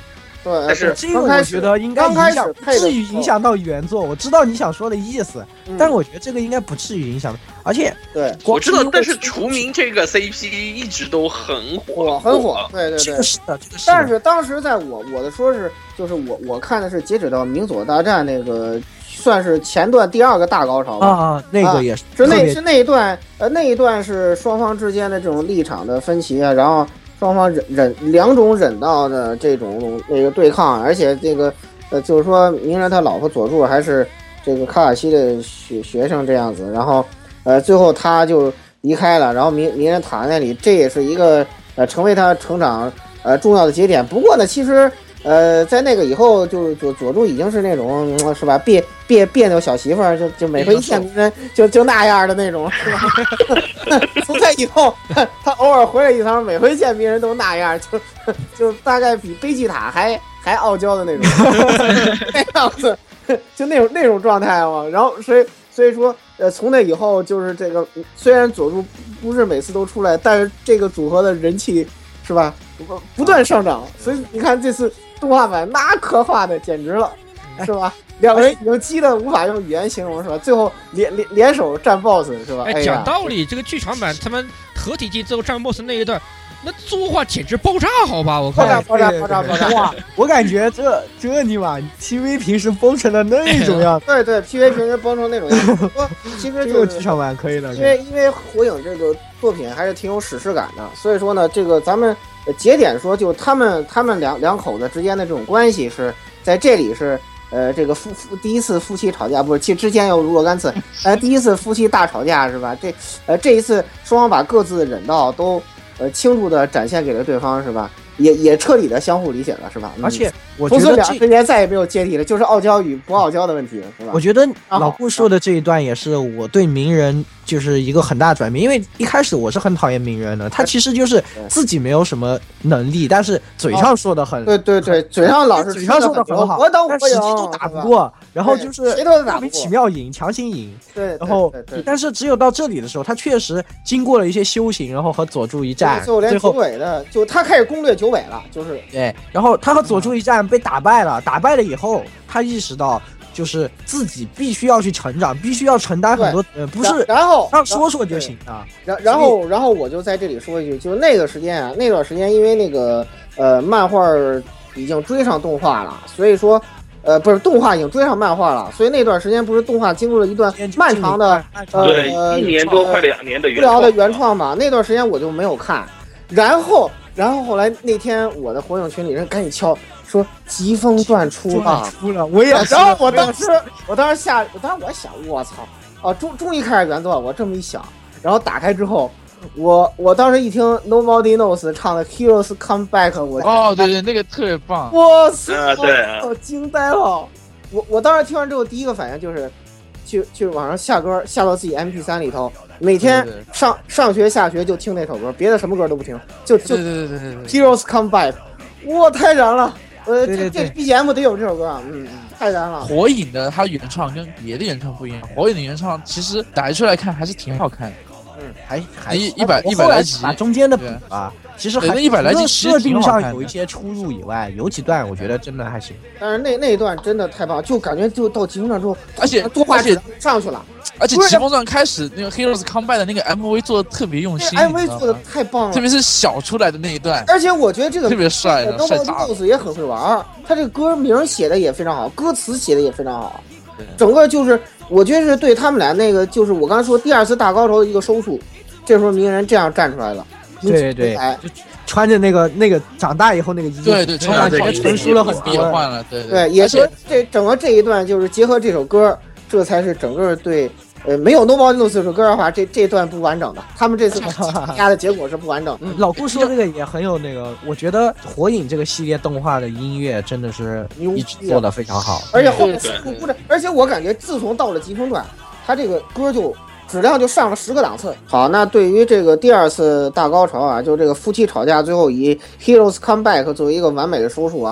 对， 但是这个我觉得应该影响，不至于影响到原作。我知道你想说的意思， 嗯、 但我觉得这个应该不至于影响。而且， 对， 我知道，但是除名这个 C P 一直都很火， 很火。对对对， 这个是的，这个是的。 但是当时在我我的说是，就是我我看的是截止到明佐大战那个。算是前段第二个大高潮吧啊，那个也是， 是那是那一段，呃，那一段是双方之间的这种立场的分歧啊，然后双方忍忍两种忍道的这种那个对抗，而且这个呃，就是说鸣人他老婆佐助还是这个卡卡西的学学生这样子，然后呃，最后他就离开了，然后鸣鸣人躺在那里，这也是一个呃成为他成长呃重要的节点。不过呢，其实。呃，在那个以后就，就佐佐助已经是那种、嗯、是吧，别别别扭小媳妇儿，就就每回一见鸣人就就那样的那种，是吧？从那以后，他偶尔回来一趟，每回见鸣人都那样，就就大概比贝吉塔还还傲娇的那种，那样子，就那种那种状态嘛。然后所以所以说，呃，从那以后就是这个，虽然佐助不是每次都出来，但是这个组合的人气是吧，不不断上涨。所以你看这次。动画版那刻画的简直了，是吧？两个人已经激得无法用语言形容，是吧？最后联联联手战 boss， 是吧？ 哎，讲道理，这个剧场版他们合体技最后战 boss 那一段，那作画简直爆炸，好吧？我看爆炸爆炸爆炸爆炸！ 哇，我感觉这这尼玛 P V 平时崩成了那种样子。 对对 ，P V 平时崩成那种样子。其实就是剧场版可以的， 因为因为火影这个作品还是挺有史诗感的，所以说呢，这个咱们。节点说，就他们他们两两口子之间的这种关系是在这里是呃这个夫夫第一次夫妻吵架，不是，其之前有若干次，呃第一次夫妻大吵架是吧？这呃这一次双方把各自的忍道都呃清楚的展现给了对方是吧？也也彻底的相互理解了是吧？ 而且我觉得从此两之间再也没有阶梯了，就是傲娇与不傲娇的问题了是吧？ 我觉得老顾说的这一段也是我对鸣人就是一个很大转变，因为一开始我是很讨厌鸣人的，他其实就是自己没有什么能力，但是嘴上说的很， 对对对，嘴上老是嘴上说的很好， 我等但实际都打不过，然后就是谁都打不过， 莫名其妙赢，强行赢， 对， 然后但是只有到这里的时候，他确实经过了一些修行，然后和佐助一战， 最后连九尾的就他开始攻略九尾了，就是对，然后他和佐助一战被打败了，打败了以后，他意识到。就是自己必须要去成长，必须要承担很多，呃，不是， 然后让说说就行啊。 然然后然后我就在这里说一句，就那个时间啊，那段时间因为那个呃漫画已经追上动画了，所以说呃不是动画已经追上漫画了，所以那段时间不是动画经过了一段漫长的呃一年多快两年的无聊的原创嘛，那段时间我就没有看，然后然后后来那天我的火影群里人赶紧敲。说疾风传出了， 出了，我也。 然后我当时，我当时下，我当时我想，我操，啊，终终于开始原作，我这么一想，然后打开之后，我我当时一听 Nobody Knows 唱的 Heroes Come Back， 我哦，对对，那个特别棒， 我操， 啊、对、啊， 我惊呆了。我我当时听完之后，第一个反应就是去去网上下歌，下到自己 M P 三 里头，每天上对对上学下学就听那首歌，别的什么歌都不听，就就对对对对对 Heroes Come Back， 哇，太燃了。呃， 对对对这 B G M 得有这首歌啊，嗯，太燃了。 火影的它原创跟别的原创不一样，火影的原创其实打出来看还是挺好看的， 嗯，还还一一百一百来集， 把中间的补啊，其实还一百来集设定上有一些出入以外，有几段我觉得真的还行。 但是那那一段真的太棒，就感觉就到疾风传之后， 而且多画质上去了。 而且疾风传开始那个 Heroes Come Back 的那个 M V 做的特别用心 ，M V 做的太棒了， 特别是小出来的那一段。 而且我觉得这个特别帅的，帅炸了。 boss 也很会玩，他这个歌名写的也非常好，歌词写的也非常好，整个就是我觉得是对他们俩那个就是我刚才说第二次大高潮的一个收束。这时候鸣人这样站出来了， 对对，就穿着那个那个长大以后那个衣服， 对对， 感觉成熟了很多， 变换了，对对，也是这整个这一段就是结合这首歌，这才是整个对。呃，没有 Nobody Knows 这首歌的话，这这段不完整的。他们这次压的结果是不完整。 老顾说这个也很有那个，我觉得火影这个系列动画的音乐真的是一直做的非常好， 而且后面不是，而且我感觉自从到了疾风传，他这个歌就质量就上了十个档次。好，那对于这个第二次大高潮啊，就这个夫妻吵架，最后以 Heroes Come Back 作为一个完美的收束啊。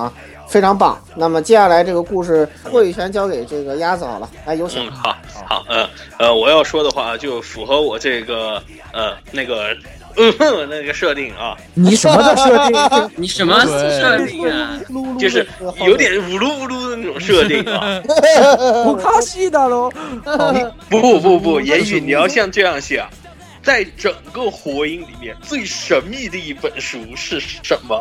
非常棒。那么接下来这个故事话语权交给这个鸭子好了，来有请。 嗯，好，好，呃呃，我要说的话就符合我这个呃那个嗯哼那个设定啊。 你什么的设定？ 你什么设定啊？ 就是有点呜噜呜噜的那种设定啊。 不卡西的喽。 不不不，言语你要像这样想，在整个火影里面最神秘的一本书是什么？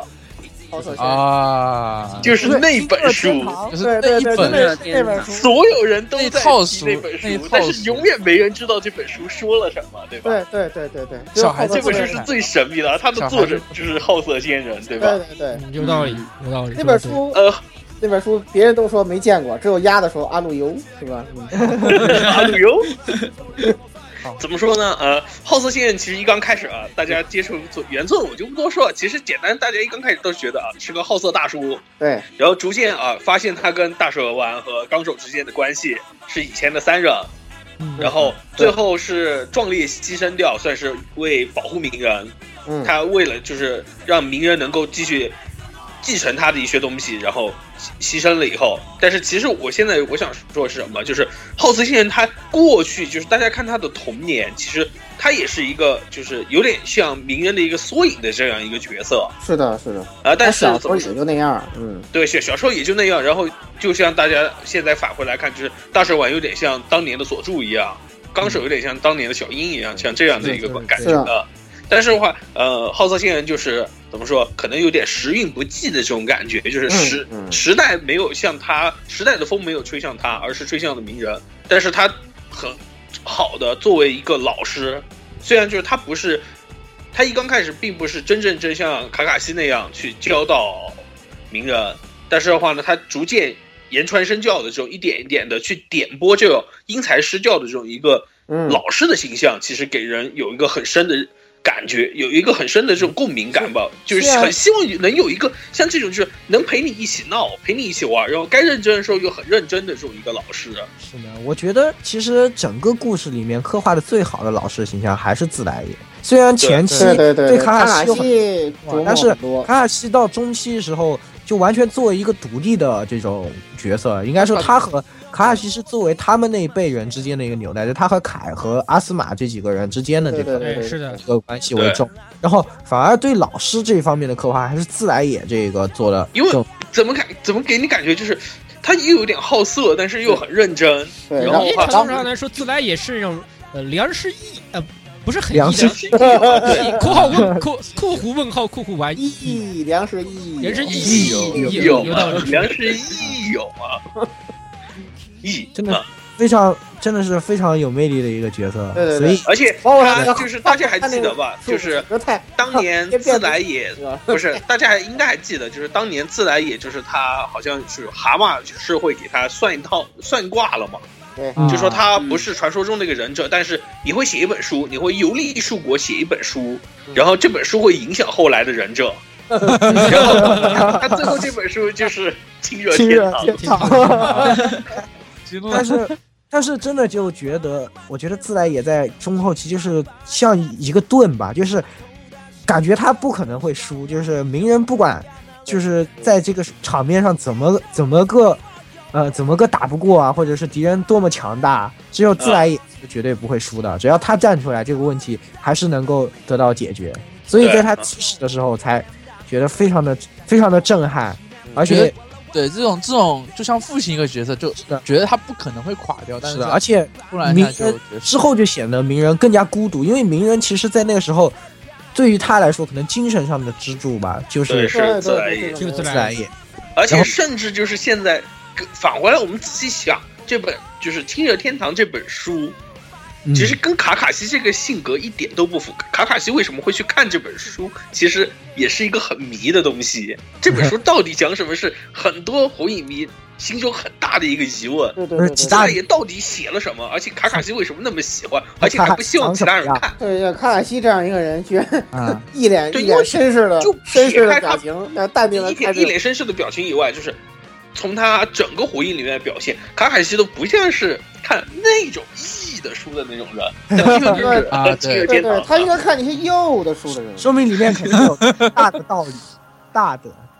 啊， 就是那本书， 就是那一本那本书， 所有人都在提那本那书，但是永远没人知道这本书说了什么，对吧？ 对对对对对， 小孩这本书是最神秘的，它的作者就是好色仙人，对吧？ 对对对， 有道理，有道理。 那本书， 呃， 那本书别人都说没见过，只有鸭子说阿鲁游，是吧？ 阿鲁游。怎么说呢？呃，好色仙人其实一刚开始啊，大家接触原作我就不多说。其实简单，大家一刚开始都觉得啊是个好色大叔， 对。 然后逐渐啊发现他跟大蛇丸和纲手之间的关系是以前的三人， 嗯、 然后最后是壮烈牺牲掉，算是为保护鸣人。 嗯， 他为了就是让鸣人能够继续继承他的一些东西，然后牺牲了以后，但是其实我现在我想说的是什么，就是好色仙人他过去就是大家看他的童年，其实他也是一个就是有点像鸣人的一个缩影的这样一个角色。 是的，是的啊，但是小时候也就那样，嗯， 对，小小时候也就那样。然后就像大家现在返回来看，就是大蛇丸有点像当年的佐助一样，纲手有点像当年的小樱一样，像这样的一个感觉的。但是的话，呃，好色仙人就是怎么说，可能有点时运不济的这种感觉，就是时、嗯嗯、时代没有向他，时代的风没有吹向他，而是吹向了鸣人。但是他很好的作为一个老师，虽然就是他不是，他一刚开始并不是真正真像卡卡西那样去教导鸣人，但是的话呢，他逐渐言传身教的这种一点一点的去点拨这种因材施教的这种一个老师的形象，其实给人有一个很深的感觉，有一个很深的这种共鸣感吧，就是很希望能有一个像这种就是能陪你一起闹，陪你一起玩，然后该认真的时候又很认真的这种一个老师。 是的，我觉得其实整个故事里面刻画的最好的老师形象还是自来也。虽然前期对卡卡西，但是卡卡西到中期的时候就完全作为一个独立的这种角色，应该说他和卡卡西是作为他们那一辈人之间的一个纽带，就他和凯和阿斯玛这几个人之间的这个是的这个关系为重，然后反而对老师这方面的刻画还是自来也这个做的， 因为怎么感怎么给你感觉就是他又有点好色，但是又很认真。 对， 然后程度上来说，自来也是那种呃良师益呃。不是很良师益的，括号问括括弧问号括弧完益良师益， 良师益有有有良师益有啊，益真的非常真的是非常有魅力的一个角色， 对对对， 所以而且他就是大家还记得吧？就是当年自来也不是大家还应该还记得，就是当年自来也就是他好像是蛤蟆是会给他算一套算卦了嘛。就说他不是传说中的一个忍者，但是你会写一本书，你会游历树国写一本书，然后这本书会影响后来的忍者，然后他最后这本书就是亲热天堂。 但是但是真的就觉得，我觉得自来也在中后期就是像一个盾吧，就是感觉他不可能会输，就是鸣人不管就是在这个场面上怎么怎么个。呃，怎么个打不过啊？或者是敌人多么强大，只有自来也是绝对不会输的。只要他站出来，这个问题还是能够得到解决。所以在他起始的时候，才觉得非常的非常的震撼，而且对这种这种就像父亲一个角色，就觉得他不可能会垮掉。但是的，而且突然鸣人之后就显得鸣人更加孤独，因为鸣人其实在那个时候，对于他来说，可能精神上的支柱吧，就是是自来也， 就是自来也， 而且甚至就是现在。返回来，我们仔细想，这本就是《亲热天堂》这本书，其实跟卡卡西这个性格一点都不符。卡卡西为什么会去看这本书，其实也是一个很迷的东西。这本书到底讲什么，是很多火影迷心中很大的一个疑问。 对对对， 自来也到底写了什么？而且卡卡西为什么那么喜欢，而且还不希望其他人看？ 对，像卡卡西这样一个人，居然啊一脸一脸绅士的， 就绅士的表情，淡定的一一脸绅士的表情以外，就是。从他整个火影里面的表现，卡卡西都不像是看那种义的书的那种人，就是啊， 对对对，他应该看那些幼的书的人， 说明里面肯定有大的道理，大的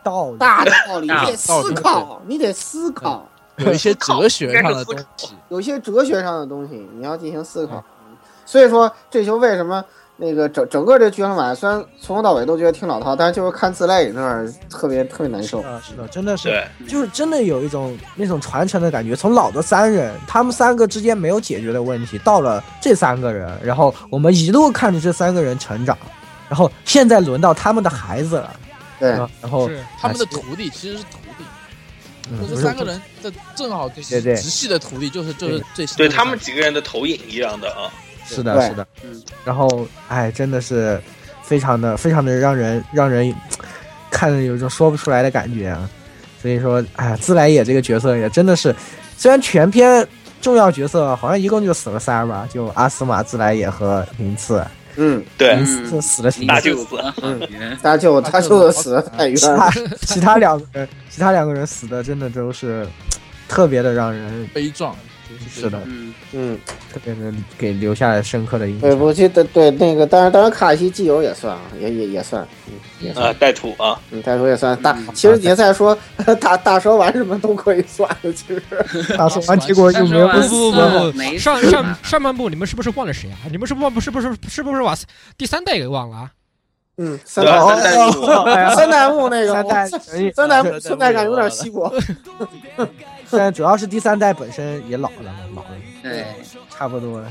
道理， 大道理，你得道理思考，你得思考， 有一些哲学上的东西， 有一些哲学上的东西你要进行思考。所以说，这就为什么那个整整个这剧场版虽然从头到尾都觉得挺老套，但是就是看自来也那儿特别特别难受。 是的，是的，真的是，就是真的有一种那种传承的感觉。从老的三人，他们三个之间没有解决的问题，到了这三个人，然后我们一路看着这三个人成长，然后现在轮到他们的孩子了。 对， 然后他们的徒弟其实是徒弟。 嗯、 这三个人的正好就是直系的徒弟，就是就是最对他们几个人的投影一样的啊。 是的，是的，嗯，然后哎，真的是非常的非常的让人让人看着有一种说不出来的感觉啊。所以说，哎，自来也这个角色也真的是，虽然全篇重要角色好像一共就死了仨吧，就阿斯玛、自来也和林次。 嗯， 对， 林次死了挺大舅子， 嗯，大舅大舅子死的太冤了， 其他两个人，其他两个人死的真的都是特别的让人悲壮。 是的， 嗯嗯， 特别的给留下了深刻的印象。 对，我记得对那个，当然当然卡西基友也算啊，也也也算，嗯，也算啊，带土啊， 嗯，带土也算大。其实你再说大大蛇丸什么都可以算的，其实大蛇丸结果又没有不不不不， 没上上上半部你们是不是忘了谁啊？你们是不是不是是不是把第三代给忘了啊？ 嗯，三代三代目， 三代目那个三代三代目存在感有点稀薄。 但主要是第三代本身也老了，老了， 对， 差不多了。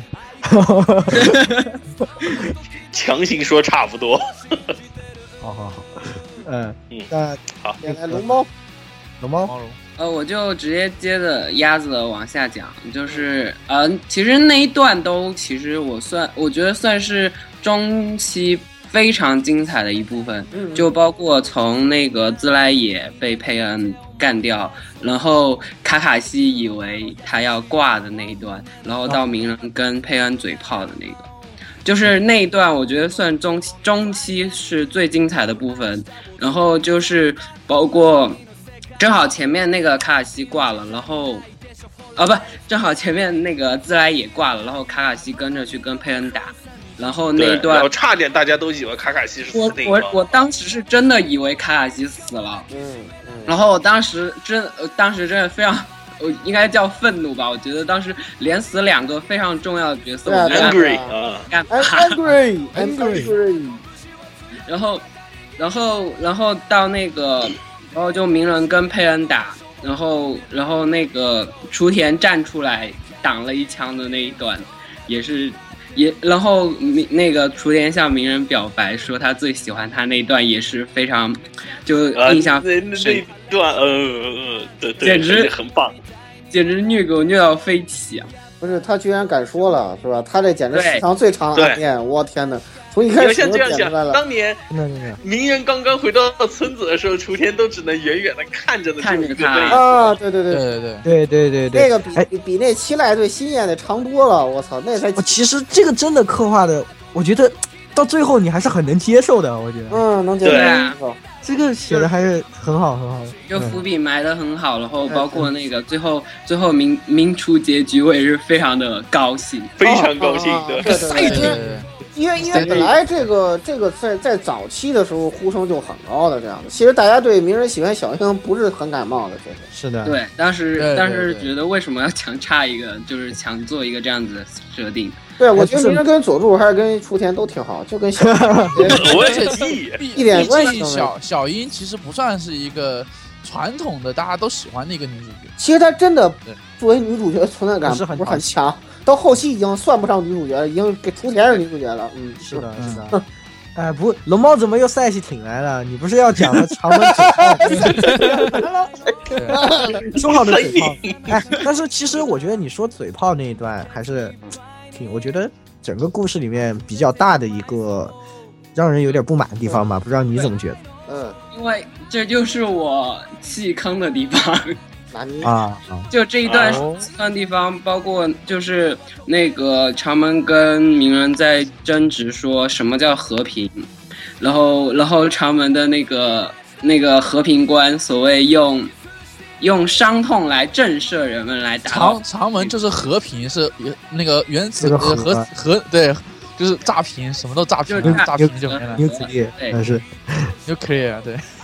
强行说差不多。 好好好，嗯， 嗯， 那好， 来龙猫， 龙猫， 呃，我就直接接着鸭子的往下讲，就是呃，其实那一段都其实我算，我觉得算是中期非常精彩的一部分，就包括从那个自来也被佩恩干掉，然后卡卡西以为他要挂的那一段，然后到鸣人跟佩恩嘴炮的那个，就是那一段我觉得算中中期是最精彩的部分，然后就是包括正好前面那个卡卡西挂了，然后啊不，正好前面那个自来也挂了，然后卡卡西跟着去跟佩恩打。然后那一段， 然后差点大家都以为卡卡西是死定了。 我我我当时是真的以为卡卡西死了， 嗯嗯。 然后我当时真，呃、当时真的非常，我应该叫愤怒吧。我觉得当时连死两个非常重要的角色，我觉得 angry 啊 ，angry angry。 然后，然后，然后到那个，然后就鸣人跟佩恩打，然后，然后那个雏田站出来挡了一枪的那一段，也是。也，然后那个雏田向鸣人表白说他最喜欢他那一段，也是非常就印象那那那段，呃呃，对对， 简直很棒， 简直虐狗虐到飞起啊！ 不是他居然敢说了，是吧？他这简直史上最长的暗恋，我天哪！从一开始就点出来了。 当年鸣人刚刚回到村子的时候，雏田都只能远远的看着的， 看着他啊！对对对对对对对对对， 那个比比比那七濑对新叶那长多了，我操，那才。 其实这个真的刻画的，我觉得到最后你还是很能接受的，我觉得。 嗯，能接受。 这个写的还是很好很好的， 就伏笔埋得很好，然后包括那个最后最后明明出结局，我也是非常的高兴， 非常高兴的。 对对对。因为因为本来这个这个在在早期的时候呼声就很高的这样的，其实大家对鸣人喜欢小樱不是很感冒的，确实是的。 对，当时当时觉得为什么要强插一个，就是强做一个这样子的设定。 对，我觉得鸣人跟佐助还是跟雏田都挺好，就跟小我也是一点关系。 小小樱其实不算是一个传统的大家都喜欢的一个女主角， 其实她真的作为女主角存在感不是很很强。到后期已经算不上女主角了，已经给雏田是女主角了。嗯， 是的，是的。哎，不，龙猫怎么又赛起挺来了？你不是要讲的长门嘴炮？说好的嘴炮。哎，但是其实我觉得你说嘴炮那一段还是挺，我觉得整个故事里面比较大的一个让人有点不满的地方吧。不知道你怎么觉得？ 嗯， 因为这就是我弃坑的地方。 啊， 就这一段弃坑的地方，包括就是那个长门跟鸣人在争执说什么叫和平，然后然后长门的那个那个和平观，所谓用用伤痛来震慑人们来打长长门就是和平，是那个原子核核核对，就是炸平，什么都炸平，炸平就没了。 牛子力，但是就可以了，对。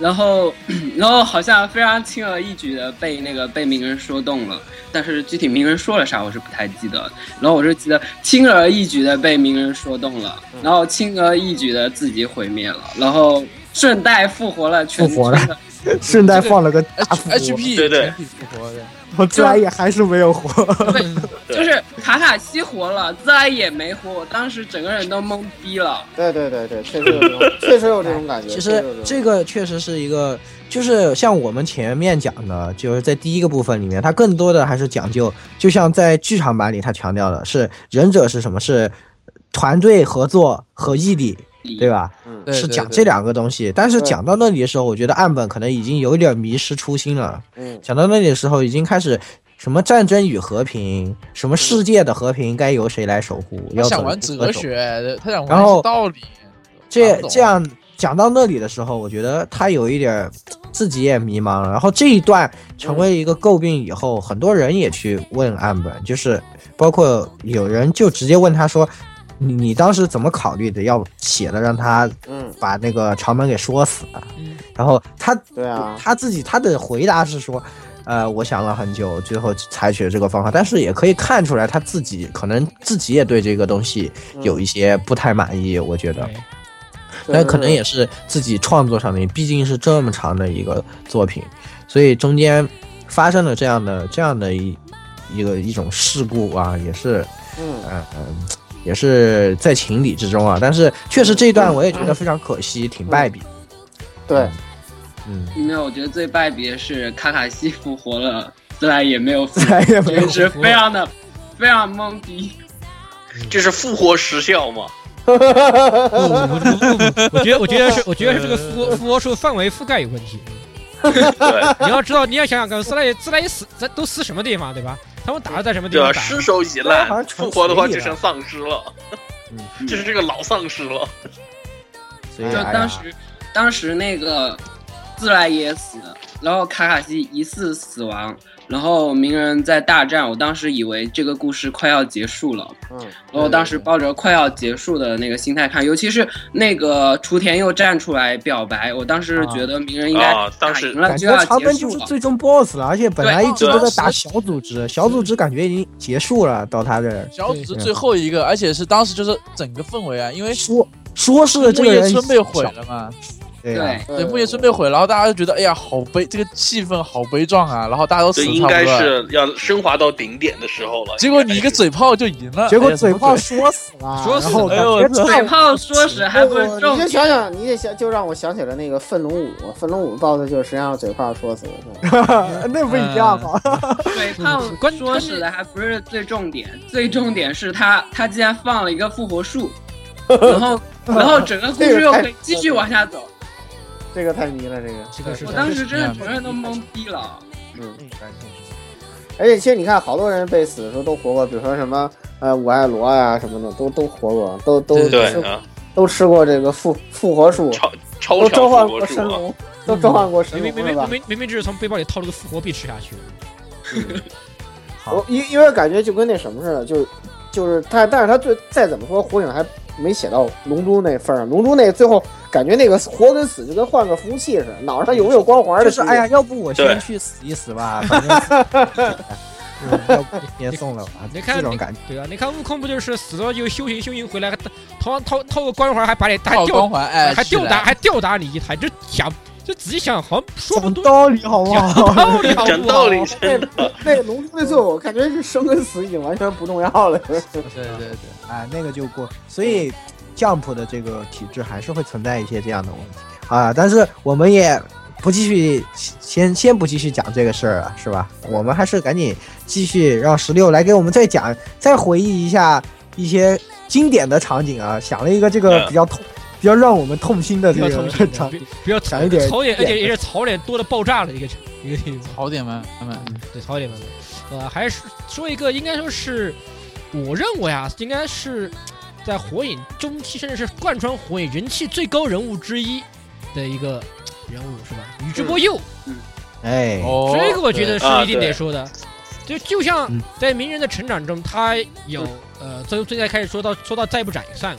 然后然后好像非常轻而易举的被那个被鸣人说动了，但是具体鸣人说了啥我是不太记得。然后我就记得轻而易举的被鸣人说动了，然后轻而易举的自己毁灭了，然后顺带复活了全复活了村的。 顺带放了个大复活 H P 对对全体复活的， 我自来也还是没有活。 对，就是卡卡西活了，自来也没活，我当时整个人都懵逼了。 对对对对，确实有这种，确实有这种感觉。 其实这个确实是一个，就是像我们前面讲的，就是在第一个部分里面，它更多的还是讲究，就像在剧场版里，它强调的是忍者是什么？是团队合作和毅力，对吧？ 嗯， 是讲这两个东西。但是讲到那里的时候，我觉得岸本可能已经有点迷失初心了。 嗯， 讲到那里的时候，已经开始什么战争与和平，什么世界的和平该由谁来守护？ 他想玩哲学，他想玩道理。 这这样讲到那里的时候，我觉得他有一点自己也迷茫了。然后这一段成为一个诟病以后，很多人也去问岸本，就是包括有人就直接问他说：“你你当时怎么考虑的？要写了让他把那个长门给说死了？”然后他对啊， 他自己他的回答是说。呃，我想了很久，最后采取了这个方法，但是也可以看出来他自己可能自己也对这个东西有一些不太满意，我觉得，但可能也是自己创作上面，毕竟是这么长的一个作品，所以中间发生了这样的这样的一一个一种事故啊，也是，嗯嗯、呃，也是在情理之中啊，但是确实这一段我也觉得非常可惜，挺败笔， 对。 嗯， 因为我觉得最败笔的是卡卡西复活了，自来也没有复活， 自来也没有， 是非常的非常懵逼。 这是复活时效吗？ 不不不不不，我觉得我觉得是我觉得是这个复复活术范围覆盖有问题。 对， 你要知道，你要想想看，自来也自来也死在都死什么地方，对吧？他们打的在什么地方打？ 尸首已烂，复活的话就成丧尸了， 嗯， 这是这个老丧尸了。 所以就当时当时那个。自来也死，然后卡卡西疑似死亡，然后鸣人在大战。我当时以为这个故事快要结束了，嗯，然后当时抱着快要结束的那个心态看，尤其是那个雏田又站出来表白，我当时觉得鸣人应该打赢了就要结束了。 长门就是最终 B O S S 了，而且本来一直都在打小组织，小组织感觉已经结束了，到他这小组织最后一个，而且是当时就是整个氛围啊，因为说说是这个人村被毁了嘛。 对啊， 对，木叶村被毁，然后大家就觉得，哎呀，好悲，这个气氛好悲壮啊，然后大家都死差不多了， 应该是要升华到顶点的时候了。 结果你一个嘴炮就赢了， 结果嘴炮说死了， 说死了， 哎呦， 嘴炮说死还不是重点。 你就想想，你得想，就让我想起了那个愤龙五，愤龙五 B O S S 就是实际上嘴炮说死了，那不一样吗？ 嘴炮说死的还不是最重点，最重点是他他竟然放了一个复活术，然后然后整个故事又可以继续往下走。 这个太迷了，这个， 这个是我当时真的整个人都懵逼了。 嗯，而且其实你看，好多人被死的时候都活过，比如说什么呃五爱罗呀、啊、什么的，都都活过，都都吃、啊、都吃过这个复复活术， 超超都召唤过神龙，都召唤过神龙， 明明明明明明就是从背包里掏了个复活币吃下去。 嗯、好，因因为感觉就跟那什么似的，就就是他，但是他最再怎么说，火影还没写到龙珠那份儿上，龙珠那最后。感觉那个活跟死就跟换个服务器似的，脑上有没有光环的？ 就是哎呀，要不我先去死一死吧，反正嗯、要不先送了吧。 你看这种感觉， 对啊，你看悟空不就是死了就修行修行回来，掏掏掏个光环，还把你还吊环，哎， 还吊打还吊打你一台，这想就仔细想，好像说不讲道理好不好？ 道理好不好？ 讲道理， 那那龙珠那最后，我感觉是生跟死已经完全不重要了。对对对， 哎，那个就过，所以。Jump 的这个体制还是会存在一些这样的问题啊，但是我们也不继续，先先不继续讲这个事儿了，是吧？我们还是赶紧继续让十六来给我们再讲，再回忆一下一些经典的场景啊。想了一个这个比较痛、嗯、比较让我们痛心的这个场景， 比较讲一点槽点，而且也是槽点多的爆炸的一个一个地方。 槽点吗？ 嗯，对，槽点吗？呃，还是说一个，应该说是，我认为啊，应该是。在火影中期，甚至是贯穿火影人气最高人物之一的一个人物，是吧？宇智波鼬， 嗯，哎， 这个我觉得是一定得说的。啊、就就像在鸣人的成长中，他有呃，最最在开始说到说到再不斩也算吧，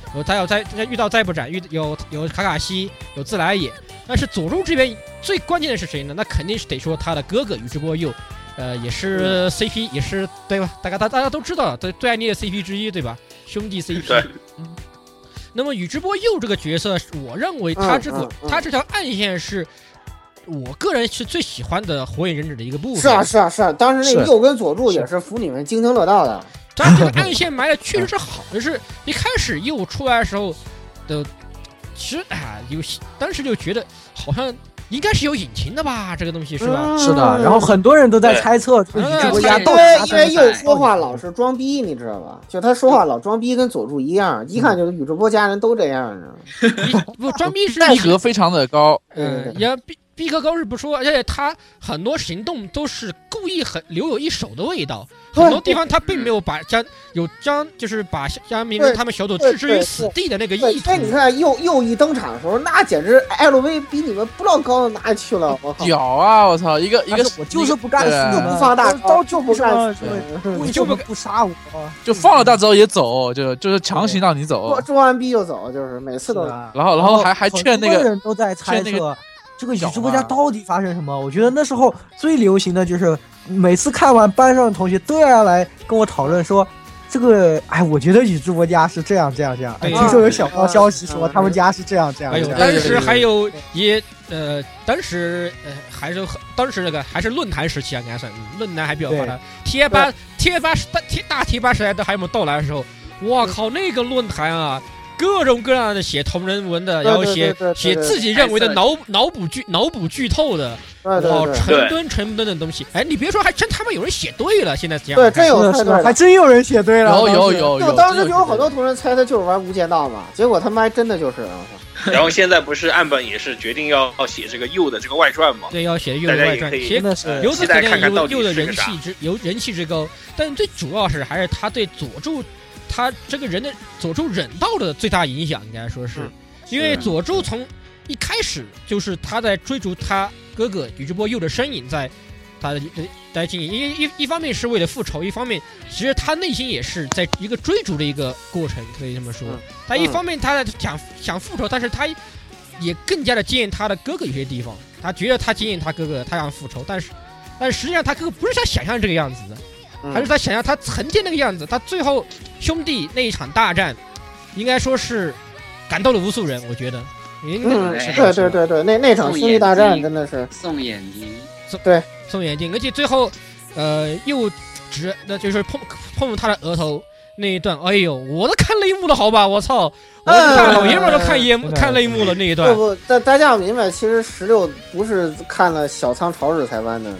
有他有在遇到再不斩，遇有有卡卡西，有自来也。但是佐助这边最关键的是谁呢？那肯定是得说他的哥哥宇智波鼬，呃，也是 C P， 也是对吧？大家大大家都知道，最最爱捏的 C P 之一，对吧？兄弟 C P。 对。 嗯。那么宇智波鼬这个角色，我认为他这个、嗯嗯嗯、他这条暗线是。我个人是最喜欢的火影忍者的一个部分。 是啊是啊是啊，当时那鼬跟佐助也是服你们津津乐道的。 他这个暗线埋的确实是好，就是一开始鼬出来的时候的，其实啊有当时就觉得好像应该是有隐情的吧，这个东西是吧？ 嗯、是的。然后很多人都在猜测这个宇智波家到底因为鼬说话老是装逼，你知道吧？就他说话老装逼，跟佐助一样，一看就是宇智波家人都这样呢。 不装逼是逼格非常的高， 嗯，也逼。逼格高是不说，而且他很多行动都是故意很留有一手的味道，很多地方他并没有把将有将就是把江明他们小组置之于死地的那个意图。 所以你看又又一登场的时候，那简直 L V 比你们不知道高到哪里去了，我靠！ 屌啊！我操，一个一个我就是不干死你们， 不放大招就不干死你就不不杀我， 就放了大招也走，就就是强行让你走， 装完逼就走，就是每次都。 然后然后还还劝那个人都在猜测。这个宇智波家到底发生什么？我觉得那时候最流行的就是每次看完班上的同学都要来跟我讨论说，这个哎，我觉得宇智波家是这样这样这样。哎，听说有小道消息说他们家是这样这样。 哎呦，当时还有也呃，当时呃还是当时那个还是论坛时期啊，应该算论坛还比较发达。贴吧贴吧大贴大贴吧时代都还没有到来的时候，哇靠，那个论坛啊！各种各样的写同人文的，然后写写自己认为的脑脑补剧脑补剧透的，哦，成吨成吨的东西。哎，你别说，还真他妈有人写对了。现在这样， 对，真有太对， 还真有人写对了。 有有有有， 当时就有很多同人猜他就是玩无间道嘛，结果他妈还真的就是。 然后现在不是岸本也是决定要要写这个鼬的这个外传嘛？ 对，要写鼬的外传， 真的是由此可见鼬鼬的人气之有人气之高，但最主要是还是他对佐助。他这个人的佐助忍道的最大影响，应该说是，因为佐助从一开始就是他在追逐他哥哥宇智波鼬的身影，在他的在进行一一一方面是为了复仇，一方面其实他内心也是在一个追逐的一个过程，可以这么说。他一方面他在想想复仇，但是他也更加的接近他的哥哥有些地方，他觉得他接近他哥哥，他想复仇，但是但实际上他哥哥不是他想象这个样子的。还是他想象他曾经那个样子，他最后兄弟那一场大战，应该说是感动了无数人。我觉得， 嗯，对对对对，那那场兄弟大战真的是送眼睛， 对， 送眼睛，而且最后，呃，又指那就是碰碰他的额头那一段，哎呦，我都看泪目了，好吧，我操，我大老爷们都看眼看泪目了那一段。 不不，大大家要明白，其实十六不是看了小仓朝日才玩的，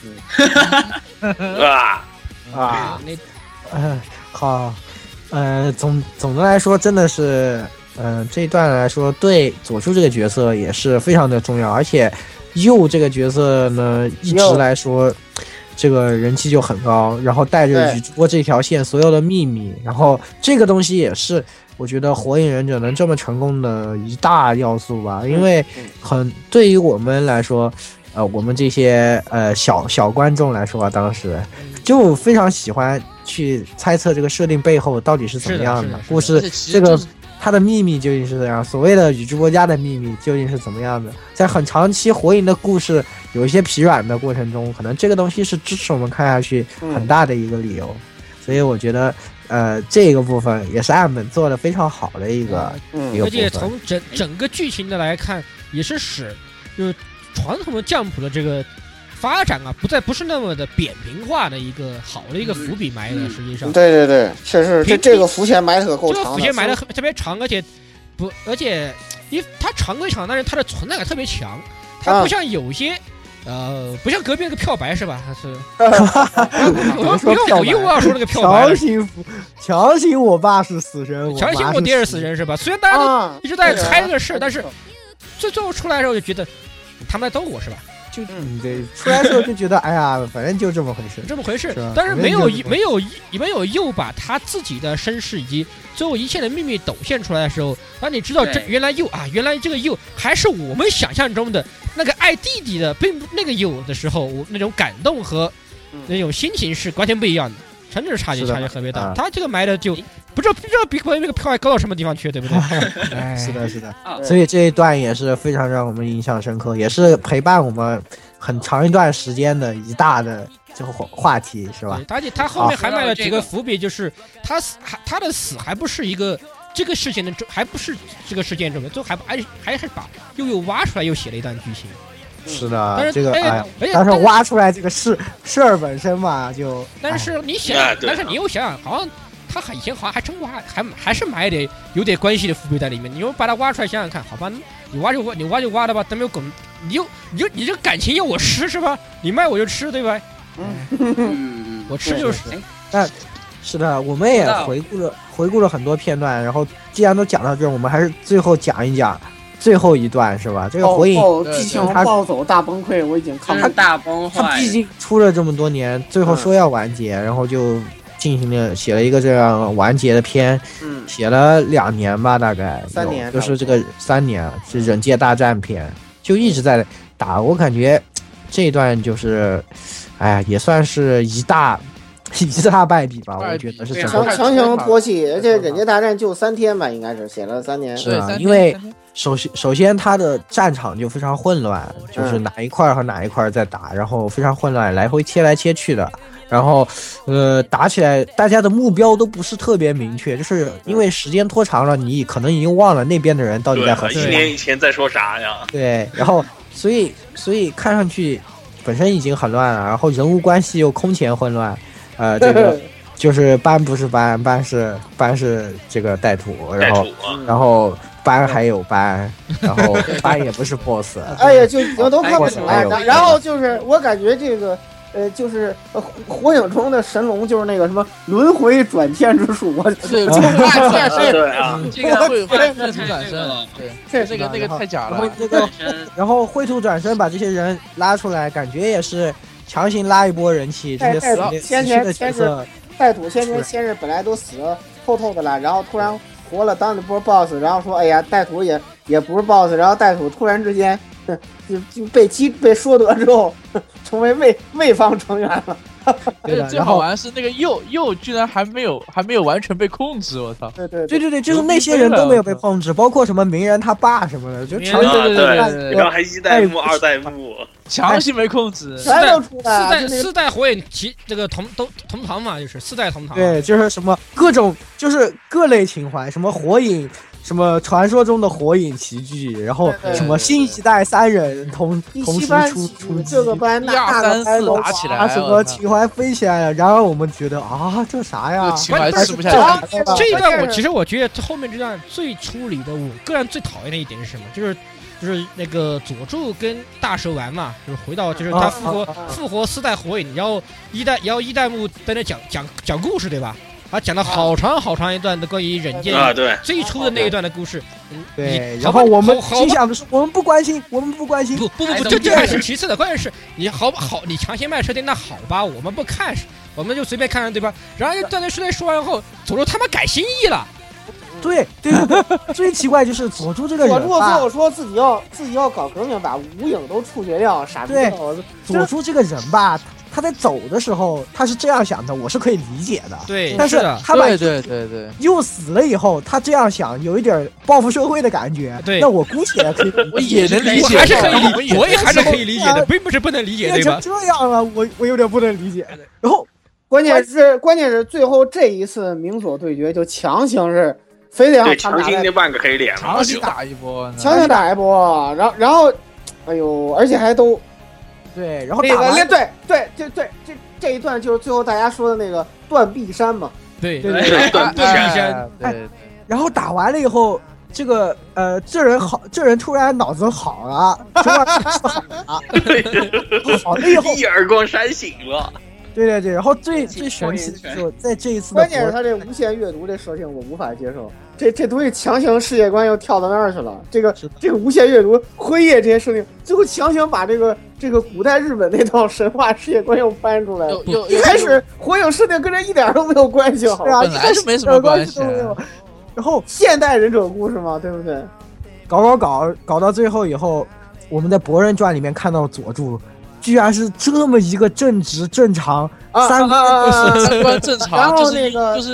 嗯，啊。 啊，那，呃，好，呃，总总的来说，真的是，嗯、呃，这一段来说，对佐助这个角色也是非常的重要，而且鼬这个角色呢，一直来说，这个人气就很高，然后带着宇智波这条线所有的秘密，然后这个东西也是我觉得火影忍者能这么成功的一大要素吧，因为很对于我们来说。呃，我们这些呃小小观众来说啊，当时就非常喜欢去猜测这个设定背后到底是怎么样的故事，这个它的秘密究竟是怎样？所谓的宇智波家的秘密究竟是怎么样的？在很长期火影的故事有一些疲软的过程中，可能这个东西是支持我们看下去很大的一个理由。所以我觉得，呃，这个部分也是岸本做的非常好的一个、嗯、一个部分。 而且从整整个剧情的来看，也是使就是。传统的降谱的这个发展啊，不再不是那么的扁平化的一个好的一个伏笔埋的，嗯、实际上。 对对对，确实这这个伏线埋的可够长的。 这个伏线埋的特别长，而且不，而且一它长归长，但是它的存在感特别强。它不像有些、啊、呃，不像隔壁那个漂白是吧？它是。我我又要说那个漂白。 强行强行，我爸是死人， 强行我爹是死人是吧？虽然大家都一直在猜这个事，但是最最后出来的时候就觉得。他们在逗我是吧？ 就嗯对，出来的时候就觉得哎呀，反正就这么回事， 这么回事。但是没有没有没有又把他自己的身世以及最后一切的秘密抖现出来的时候，当你知道这原来又啊，原来这个又还是我们想象中的那个爱弟弟的，并不那个又的时候，我那种感动和那种心情是完全不一样的，真的是差距差距特别大。他这个埋的就不知道不知道比国内那个票还高到什么地方去，对不对？哎、 是的，是的， 啊所以这一段也是非常让我们印象深刻，也是陪伴我们很长一段时间的一大的这个话题，是吧？ 而且他后面还埋了几个伏笔，就是他死还他的死还不是一个这个事件的还不是这个事件中的，最后还还还是把又又挖出来又写了一段剧情。 是的， 但是哎这个哎呀， 而且但是挖出来这个事事儿本身嘛，就但是你想， 哎对但是你又想想，好像他以前好像还真挖，还还是埋点有点关系的伏笔在里面。你又把它挖出来想想看，好吧，你挖就挖，你挖就挖了吧，咱们有梗，你就你就你这感情要我吃是吧？你卖我就吃，对吧？ 嗯， 我吃就是。 但是的，我们也回顾了回顾了很多片段，然后既然都讲到这儿，我们还是最后讲一讲最后一段，是吧？这个火影暴剧情暴走大崩溃，我已经看了大崩坏。 他毕竟出了这么多年，最后说要完结，然后就进行了写了一个这样完结的片， 嗯， 写了两年吧，大概三年， 就是这个三年是忍界大战篇，就一直在打。我感觉这一段就是，哎呀，也算是一大。一大败笔吧，我觉得是整个强行拖戏，而且忍界大战就三天吧，应该是写了三年。 是啊，因为首先首先他的战场就非常混乱，就是哪一块和哪一块在打，然后非常混乱，来回切来切去的，然后呃打起来，大家的目标都不是特别明确，就是因为时间拖长了，你可能已经忘了那边的人到底在和谁。 一年以前在说啥呀？ 对，然后所以所以看上去本身已经很乱了，然后人物关系又空前混乱。呃，这个就是班不是班，班是班是这个带土，然后然后班还有班，然后班也不是 boss。 哎呀，就已经都看不出来。然后就是我感觉这个呃，就是火影中的神龙，就是那个什么轮回转天之术，我对对啊， 这个会会绘图转身，对，这个那个太假了。 这个然后绘图转身把这些人拉出来，感觉也是。强行拉一波人气，这些死的先前先是带土先前先是本来都死透透的了，然后突然活了当一波 boss， 然后说哎呀带土也也不是 boss， 然后带土突然之间就就被击被说得之后成为魏魏方成员了。 对的，最好玩是那个鼬鼬居然还没有还没有完全被控制，我操！ 对对对对对，就是那些人都没有被控制，包括什么鸣人他爸什么的，就强行对对对， 然后还一代目、二代目， 强行没控制， 全都出来。 四代四代火影其这个同都同堂嘛，就是四代同堂。 对，就是什么各种就是各类情怀，什么火影。什么传说中的火影奇剧，然后什么新一代三人同同时出出这个班那个班都打起来，什么情怀飞起来了，然而我们觉得啊，这啥呀？ 情怀吃不下去。 这一段我其实我觉得后面这段最出里的，我个人最讨厌的一点是什么？就是就是那个佐助跟大蛇丸嘛，就是回到就是他复活复活四代火影，然后一代然后一代目在那讲讲讲故事，对吧？啊，讲了好长好长一段的关于忍界啊，对最初的那一段的故事， 对，然后我们心想的是，我们不关心，我们不关心， 不不不不，这这还是其次的，关键是你好不好，你强行卖设定，那好吧，我们不看，我们就随便看看，对吧？然后段段说说完后，佐助他妈改心意了。 对对对，最奇怪就是佐助这个人， 佐助最后说自己要自己要搞革命，把无影都处决掉，傻逼！ 对，佐助这个人吧。他在走的时候，他是这样想的，我是可以理解的。 对， 但是他把对对对对又死了以后，他这样想，有一点报复社会的感觉。 对， 那我姑且可以， 我也能理解， 我还是可以理，我也还是可以理解的，并不是不能理解，对吧？ 这样了，我我有点不能理解。然后， 关键是关键是最后这一次明所对决，就强行是非得让他强行那半个黑脸， 强行打一波， 强行打一波，然后然后，哎呦，而且还都。 对，然后那个，对对对对，这这一段就是最后大家说的那个断臂山嘛。 对对对，断臂山。 对，然后打完了以后，这个呃，这人好，这人突然脑子好了，中二病治好了，好了以后一耳光扇醒了。 对对对，然后最最神奇的就在这一次， 关键是他这无限阅读这设定我无法接受，这这东西强行世界观又跳到那儿去了。这个这个无限阅读、辉夜这些设定，最后强行把这个这个古代日本那套神话世界观又翻出来了。一开始火影设定跟这一点都没有关系，好吧？ 本来是没什么关系都没有。然后现代忍者故事嘛，对不对？ 搞搞搞搞到最后以后，我们在《博人传》里面看到佐助。居然是这么一个正直正常、 啊、 三观、 啊、 三观正常， 然后那个就是就是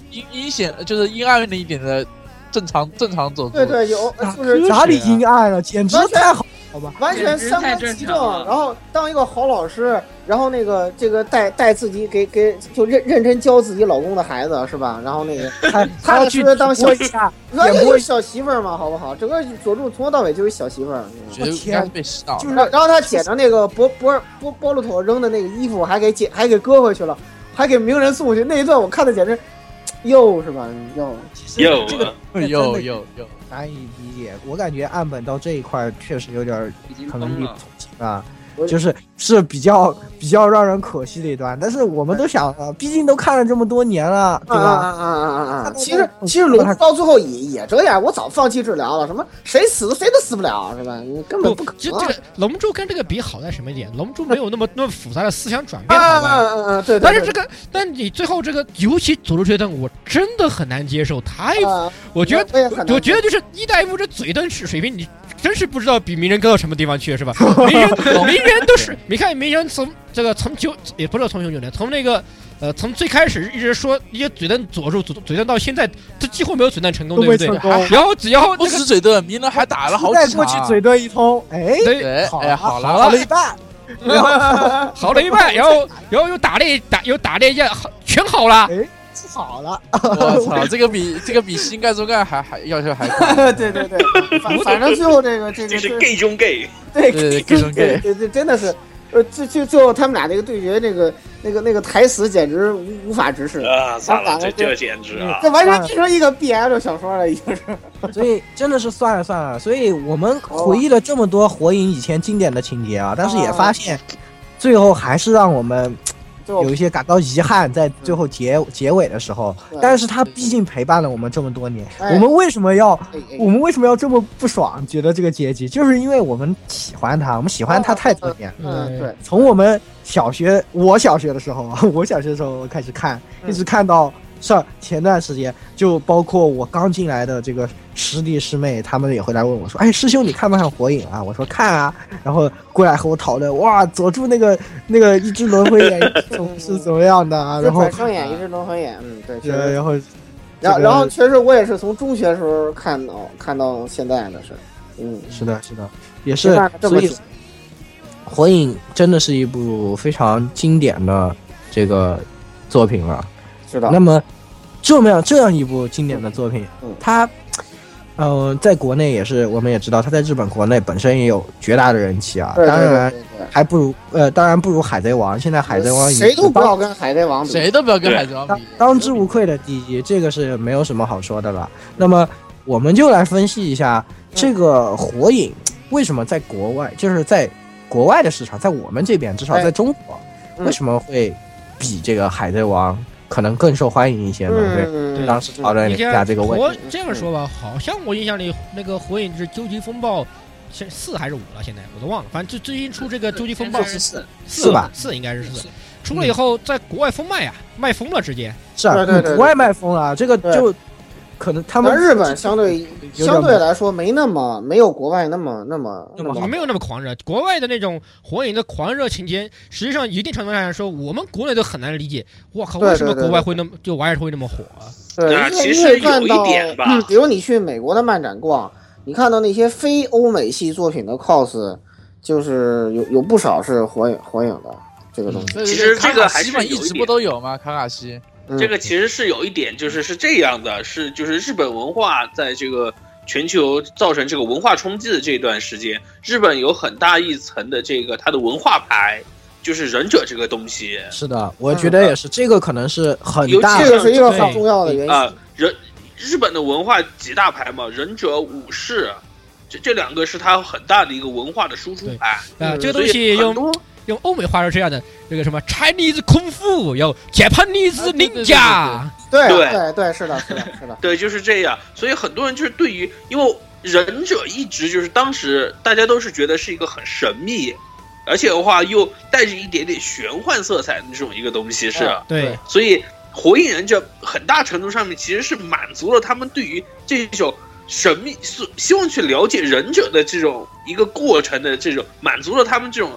阴阴险，就是阴暗了一点的正常正常走。 对对，有就是哪里阴暗了，简直太好。好吧， 完全三观齐正，然后当一个好老师，然后那个这个带带自己给给就认认真教自己老公的孩子是吧？然后那个他他去当小下，那就是小媳妇儿嘛，好不好？整个佐助从头到尾就是小媳妇儿。 我天，被洗脑。 就是，然后他捡着那个波波波波鲁托扔的那个衣服，还给捡还给搁回去了，还给鸣人送过去。那一段我看的简直，又是吧？又又这个又又又。 难以理解，我感觉岸本到这一块确实有点可能力不从心啊，就是是比较比较让人可惜的一段。但是我们都想了，毕竟都看了这么多年了，对吧？ 啊啊啊啊啊！其实其实龙到最后也也这样，我早放弃治疗了，什么谁死谁都死不了，是吧？你根本不可能。 这这个龙珠跟这个比好在什么一点？龙珠没有那么那么复杂的思想转变，好吧？ 嗯嗯嗯，对。 但是这个，但你最后这个，尤其佐助决断，我真的很难接受，太，我觉得我觉得就是一代目这嘴遁水平，你真是不知道比鸣人高到什么地方去，是吧？鸣人鸣人都是，你看鸣人从这个从九也不是从九九年，从那个呃从最开始一直说一些嘴遁佐助，嘴遁到现在，他几乎没有嘴遁成功，对不对？然后只要不止嘴遁，鸣人还打了好几场。 再过去嘴遁一通，哎， 对， 好了，好了， 好了一半。 然后好了一半，然后然后又打了一打又打了一下，全好了。 哎，好了， 我操，这个比这个比新盖中盖还还要求还高。 对对对，反反正最后这个这个这是 gay 中 gay， 对对 gay 中 gay， 对对，真的是，呃，最最最后他们俩那个对决，那个那个那个台词简直无无法直视啊！算了，这这简直啊， 这完全变成一个 B L 小说了，已经是。 所以真的是算了算了，所以我们回忆了这么多火影以前经典的情节啊，但是也发现，最后还是让我们。有一些感到遗憾，在最后结结尾的时候，但是他毕竟陪伴了我们这么多年，我们为什么要我们为什么要这么不爽？觉得这个结局，就是因为我们喜欢他，我们喜欢他太多年。 嗯，对。 从我们小学，我小学的时候，我小学的时候开始看，一直看到上前段时间，就包括我刚进来的这个师弟师妹，他们也会来问我说：“哎，师兄，你看不看火影啊？”我说：“看啊。”然后过来和我讨论，哇，佐助那个那个一只轮回眼是怎么样的啊？然后转生眼，一只轮回眼，嗯，对， 然后， 然后然后确实我也是从中学时候看到看到现在的事，嗯， 是的，是的，也是，所以火影真的是一部非常经典的这个作品了。 是的。 那么这么样这样一部经典的作品， 嗯、 它。呃，在国内也是，我们也知道，它在日本国内本身也有绝大的人气啊。 对对对对对， 当然还不如呃，当然不如海贼王。现在海贼王谁都不要跟海贼王比， 谁都不要跟海贼王比， 当, 当之无愧的第一，这个是没有什么好说的了。那么我们就来分析一下这个火影为什么在国外，就是在国外的市场，在我们这边，至少在中国， 哎、 为什么会比这个海贼王可能更受欢迎一些呢？ 嗯、 对，当时讨论一下这个问题。 这样说吧，好像我印象里那个火影是究极风暴，现四还是五了？现在我都忘了。反正最最近出这个究极风暴是四四吧， 四应该是四。出了以后，在国外疯卖啊，卖疯了直接。 是啊， 对对对， 国外卖疯了，这个就可能他们日本相对相对来说没那么没有国外那么那么那么没有那么狂热。国外的那种火影的狂热情节，实际上一定程度上来说，我们国内都很难理解。我靠，为什么国外会那么就玩意儿会那么火啊？ 对， 啊，其实有一点吧， 嗯，比如你去美国的漫展逛，你看到那些非欧美系作品的 cos， 就是有有不少是火影火影的这个东西。 嗯、 其实这个还是一直不都有吗？卡卡西。 这个其实是有一点，就是是这样的，是就是日本文化在这个全球造成这个文化冲击的这段时间，日本有很大一层的这个它的文化牌，就是忍者这个东西。 是的，我觉得也是，嗯、这个可能是很大， 这个是一个很重要的原因啊。人日本的文化几大牌嘛，忍者、武士，这这两个是它很大的一个文化的输出牌啊。嗯、这个东西用用欧美话是这样的，那个什么 Chinese 功夫，有 Japanese ninja， 对对对对，是的，是的，是的， 对，就是这样。所以很多人就是对于，因为忍者一直就是当时大家都是觉得是一个很神秘，而且的话又带着一点点玄幻色彩的这种一个东西，是、 啊、对。 所以火影忍者很大程度上面其实是满足了他们对于这种神秘，希望去了解忍者的这种一个过程的这种，满足了他们这种。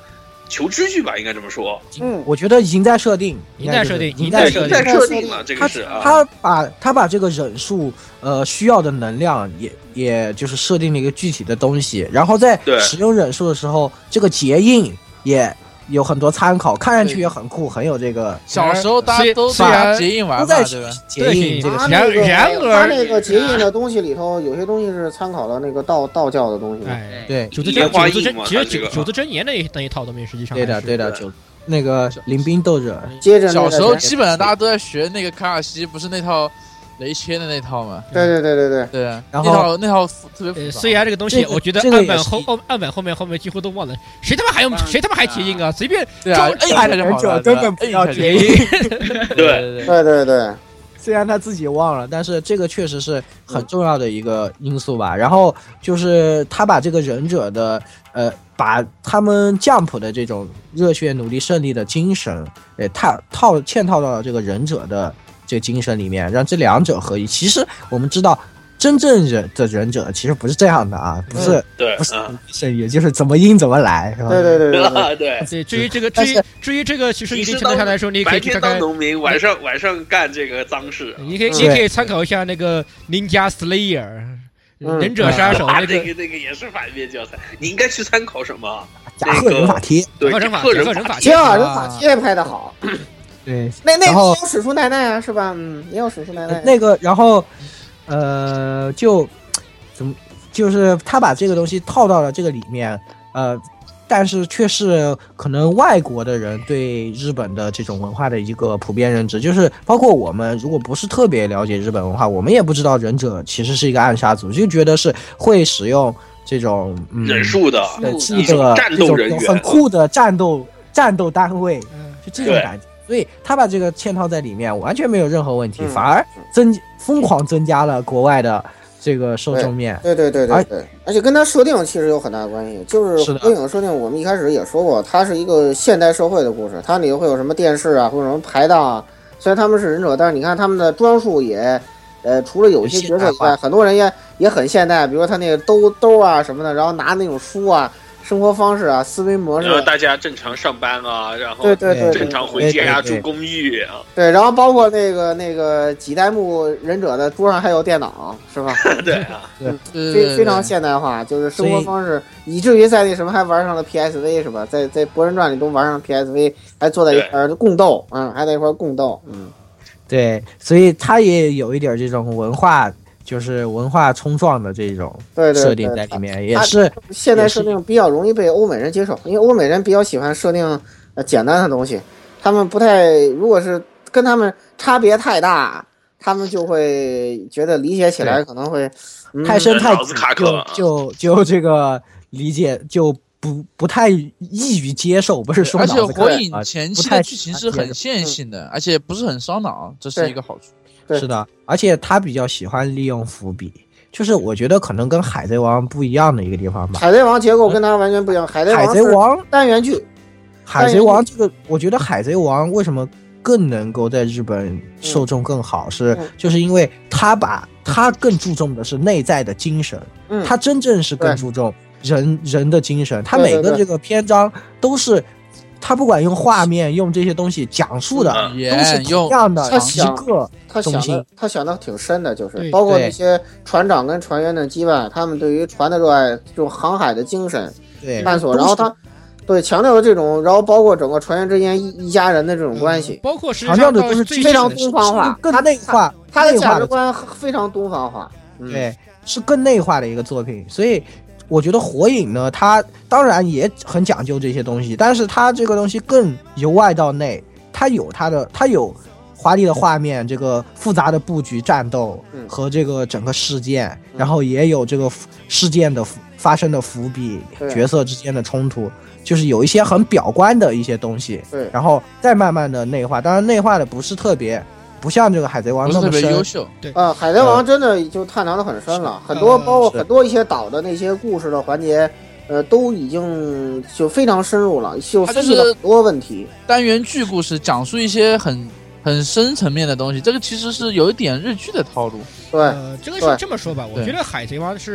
求知欲吧，应该这么说。 嗯， 我觉得已经在设定， 已经在设定已经在设定， 已经在设定了，这个是啊。 他把他把这个忍术呃需要的能量也也就是设定了一个具体的东西，然后在使用忍术的时候，这个结印也有很多参考，看上去也很酷，很有这个。 小时候大家都把结印玩嘛，对吧？ 结印这个然然而他那个结印的东西里头，有些东西是参考了那个道道教的东西。 哎， 对， 九字真九字真其实九九字真言那那一套东西实际上对的对的九那个临兵斗者。 接着小时候基本上大家都在学那个卡尔西，不是那套。雷切的那套嘛， 对对对对对对， 然后那套那套特别复杂。 所以啊，这个东西我觉得岸本后后岸本后面后面几乎都忘了，谁他妈还用谁他妈还结印啊？随便对啊，摁一下就好了， 根本不要结印。 对对对对， 虽然他自己忘了，但是这个确实是很重要的一个因素吧。然后就是他把这个忍者的呃，把他们降普的这种热血努力胜利的精神，呃，套套嵌套到了这个忍者的。这个精神里面，让这两者合一。其实我们知道，真正忍的忍者其实不是这样的啊，不是， 对， 不是胜利，就是怎么阴怎么来，是吧？ 对对对对对对。至于这个，至于至于这个，其实一定程度上来说，你可以去看看。 白天当农民，晚上晚上干这个脏事。 你可以，你可以参考一下那个 Ninja Slayer， 忍者杀手那个那个那个也是反面教材。你应该去参考什么？ 加贺忍法贴， 对， 加贺忍法贴，加贺忍法贴拍的好。 对， 那那个也有使出奶奶啊，是吧？嗯，也有使出奶奶。 那个，然后，呃，就怎么，就是他把这个东西套到了这个里面，呃，但是却是可能外国的人对日本的这种文化的一个普遍认知，就是包括我们，如果不是特别了解日本文化，我们也不知道忍者其实是一个暗杀组，就觉得是会使用这种、嗯、 忍术的一种战斗人员， 很酷的战斗战斗单位，就这种感觉。所以他把这个嵌套在里面，完全没有任何问题， 嗯、 反而增疯狂增加了国外的这个受众面。 对对对对对，而, 而且跟他设定其实有很大的关系。就是火影设定，我们一开始也说过，它是一个现代社会的故事，它里头会有什么电视啊，或者什么排档啊。虽然他们是忍者，但是你看他们的装束也，呃，除了有些角色以外，很多人也也很现代，比如说他那个兜兜啊什么的，然后拿那种书啊。生活方式啊，思维模式、啊， 大家正常上班啊，然后对对对， 正常回家呀，住公寓啊， 对，然后包括那个那个几代目忍者的桌上还有电脑，是吧？ 对啊， 对，非非常现代化，就是生活方式，以至于在那什么还玩上了 P S V 是吧？在在《博人传》里都玩上了 P S V， 还坐在一块儿共斗，嗯，还在一块儿共斗，嗯， 对，所以他也有一点这种文化。就是文化冲撞的这种设定在里面， 对对对， 也是现在设定比较容易被欧美人接受，因为欧美人比较喜欢设定呃简单的东西，他们不太，如果是跟他们差别太大，他们就会觉得理解起来可能会、 嗯、太深太脑子卡壳， 就就就这个理解就不不太易于接受，不是说而且火影前期的剧情是很线性的，而且不是很烧脑，这是一个好处。 是的，而且他比较喜欢利用伏笔，就是我觉得可能跟海贼王不一样的一个地方吧。 海贼王结构跟他完全不一样，海贼王海贼王单元剧， 海贼王这个，我觉得海贼王为什么更能够在日本受众更好， 嗯、 是就是因为他把他更注重的是内在的精神， 嗯， 他真正是更注重人人的精神，他每个这个篇章都是。他不管用画面用这些东西讲述的， 嗯、 都是同样的一个他想的他想的挺深的，就是对包括那些船长跟船员的羁绊，他们对于船的热爱，这种航海的精神探索，然后他对强调的这种，然后包括整个船员之间一一家人的这种关系， 嗯、包括强调的都是非常东方化， 更内化， 他的价值观非常东方化， 嗯、对，是更内化的一个作品，所以。我觉得火影呢，它当然也很讲究这些东西，但是它这个东西更由外到内，它有它的，它有华丽的画面，这个复杂的布局、战斗和这个整个事件， 嗯、 然后也有这个事件的发生的伏笔，角色之间的冲突，就是有一些很表观的一些东西， 对， 然后再慢慢的内化，当然内化的不是特别。不像这个海贼王那么特别优秀， 对啊，海贼王真的就探讨的很深了，很多包括很多一些岛的那些故事的环节，呃，都已经就非常深入了，就分析了很多问题。 单元剧故事讲述一些很很深层面的东西，这个其实是有一点日剧的套路。 对， 呃，这个是这么说吧，我觉得海贼王是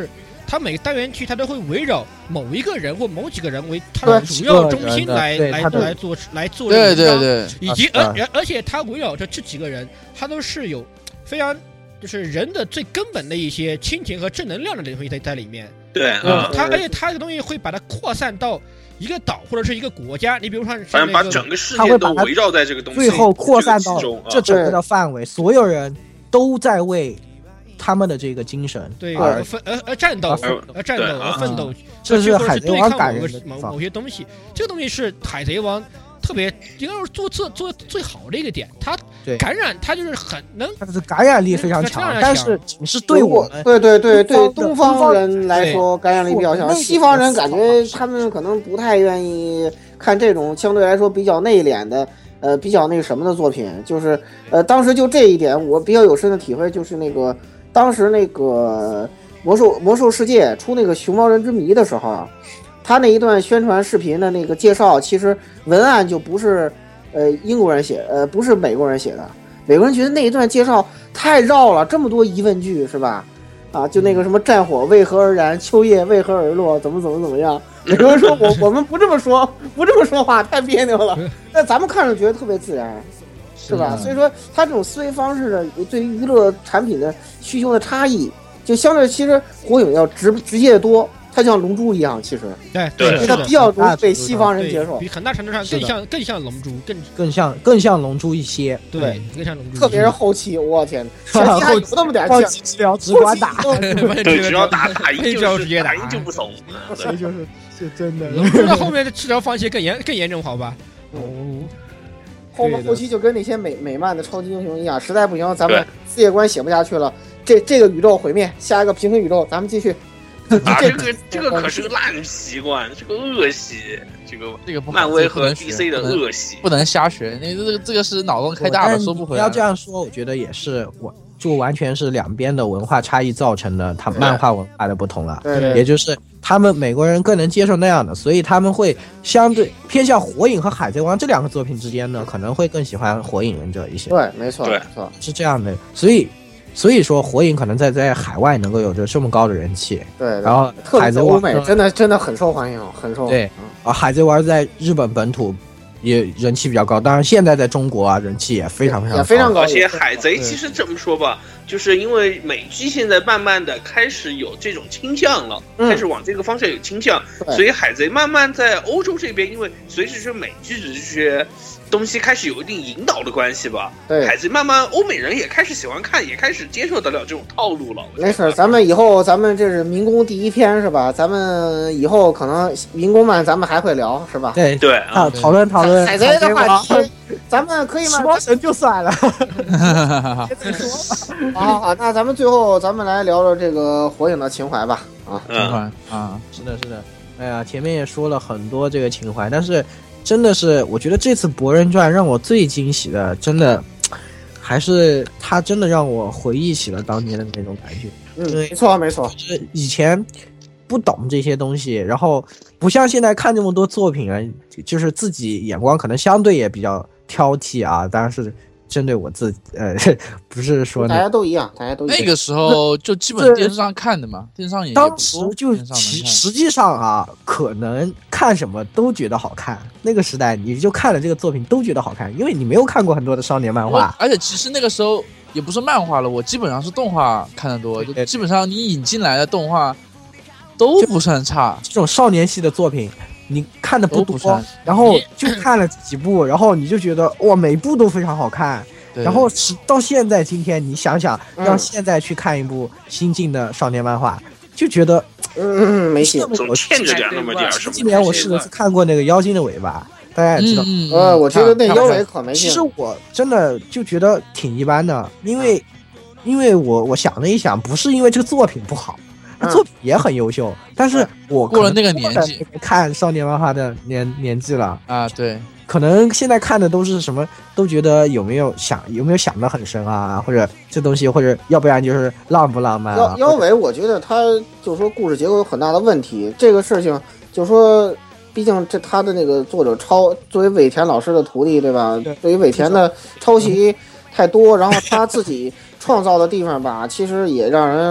它每个单元剧它都会围绕某一个人或某几个人为它的主要中心来来来做来做对对对， 以及而而而且它围绕着这几个人，它都是有非常就是人的最根本的一些亲情和正能量的东西在在里面。 对， 嗯，它而且它这个东西会把它扩散到一个岛或者是一个国家，你比如说反正把整个世界都围绕在这个东西， 最后扩散到这整个的啊范围，所有人都在为他们的这个精神对而奋而而战斗而战斗而奋斗， 这是海贼王感人的某某些东西。这个东西是海贼王特别应该是做做做最好的一个点，它感染它就是很能， 它是感染力非常强，但是只是对我们对对对对东方人来说感染力比较强，西方人感觉他们可能不太愿意看这种相对来说比较内敛的。呃，比较那个什么的作品，就是呃，当时就这一点我比较有深的体会，就是那个当时那个魔兽魔兽世界出那个熊猫人之谜的时候啊，他那一段宣传视频的那个介绍，其实文案就不是呃英国人写，呃不是美国人写的，美国人觉得那一段介绍太绕了，这么多疑问句是吧？啊，就那个什么战火为何而燃，秋叶为何而落，怎么怎么怎么样？美国人说我我们不这么说，不这么说话太别扭了。但咱们看着觉得特别自然，是吧？所以说他这种思维方式的对于娱乐产品的需求的差异，就相对其实火影要直直接的多。它像龙珠一样，其实对对， 因为它比较容易被西方人接受， 比很大程度上更像更像龙珠，更更像更像龙珠一些。 对，更像龙珠。 特别是后期，我天，前期还有那么点像，治疗只管打， 对，只要打打赢就是直接打赢就不怂， 所以就是是真的。 龙珠到后面的治疗方式更严更严重，好吧？ 哦。后后期就跟那些美美漫的超级英雄一样，实在不行，咱们世界观写不下去了，这这个宇宙毁灭，下一个平行宇宙，咱们继续。 啊，这个这个可是个烂习惯，这个恶习，这个这个漫威和 D C 的恶习， 不能瞎学。那这个这个是脑洞开大了，说不回来。 要这样说，我觉得也是，我就完全是两边的文化差异造成的，他漫画文化的不同了。 对， 也就是他们美国人更能接受那样的，所以他们会相对偏向火影和海贼王这两个作品之间呢，可能会更喜欢火影忍者一些。 对，没错， 对， 没错， 是这样的，所以。所以说，火影可能在在海外能够有着这么高的人气， 对， 然后海贼王欧美真的真的很受欢迎，很受对啊，海贼王在日本本土也人气比较高，当然现在在中国啊人气也非常非常也非常高。 而且海贼其实这么说吧，就是因为美剧现在慢慢的开始有这种倾向了， 嗯、 开始往这个方向有倾向，所以海贼慢慢在欧洲这边，因为随着是美剧的这些东西开始有一定引导的关系吧， 对， 海贼慢慢欧美人也开始喜欢看，也开始接受得了这种套路了。 没事，咱们以后咱们这是民工第一篇是吧？咱们以后可能民工漫咱们还会聊是吧？ 对对啊，讨论讨论海贼的话题，咱们可以吗？ 时光神就算了。 再说吧。好好，那咱们最后咱们来聊聊这个火影的情怀吧。啊， 情怀啊， 是的，是的。哎呀，前面也说了很多这个情怀，但是。真的是，我觉得这次《博人传》让我最惊喜的，真的还是他真的让我回忆起了当年的那种感觉。 嗯，没错没错。 就是以前不懂这些东西，然后不像现在看这么多作品啊，就是自己眼光可能相对也比较挑剔啊。当然是针对我自己，呃，不是说大家都一样，大家都一样。 那个时候就基本电视上看的嘛，电视上也当时就实际上啊，可能看什么都觉得好看。那个时代，你就看了这个作品都觉得好看，因为你没有看过很多的少年漫画。 而且其实那个时候也不是漫画了，我基本上是动画看得多，就基本上你引进来的动画都不算差。 这种少年系的作品。你看的不多，然后就看了几部，然后你就觉得哇，每部都非常好看。然后是到现在今天，你想想，让现在去看一部新进的少年漫画，就觉得嗯没戏， 总欠着点那么点什么。 今年我试了次看过那个《妖精的尾巴》，大家也知道， 呃，我觉得那妖尾可没劲。 其实我真的就觉得挺一般的，因为因为我我想了一想，不是因为这个作品不好。作品也很优秀，但是我过了那个年纪看少年漫画的年年纪了啊，对， 可能现在看的都是什么，都觉得有没有想有没有想得很深啊，或者这东西，或者要不然就是浪不浪漫啊。 妖妖尾，我觉得他就是说故事结构有很大的问题，这个事情就是说，毕竟这他的那个作者抄作为尾田老师的徒弟，对吧？对, 对于尾田的抄袭太多，然后他自己创造的地方吧，其实也让人。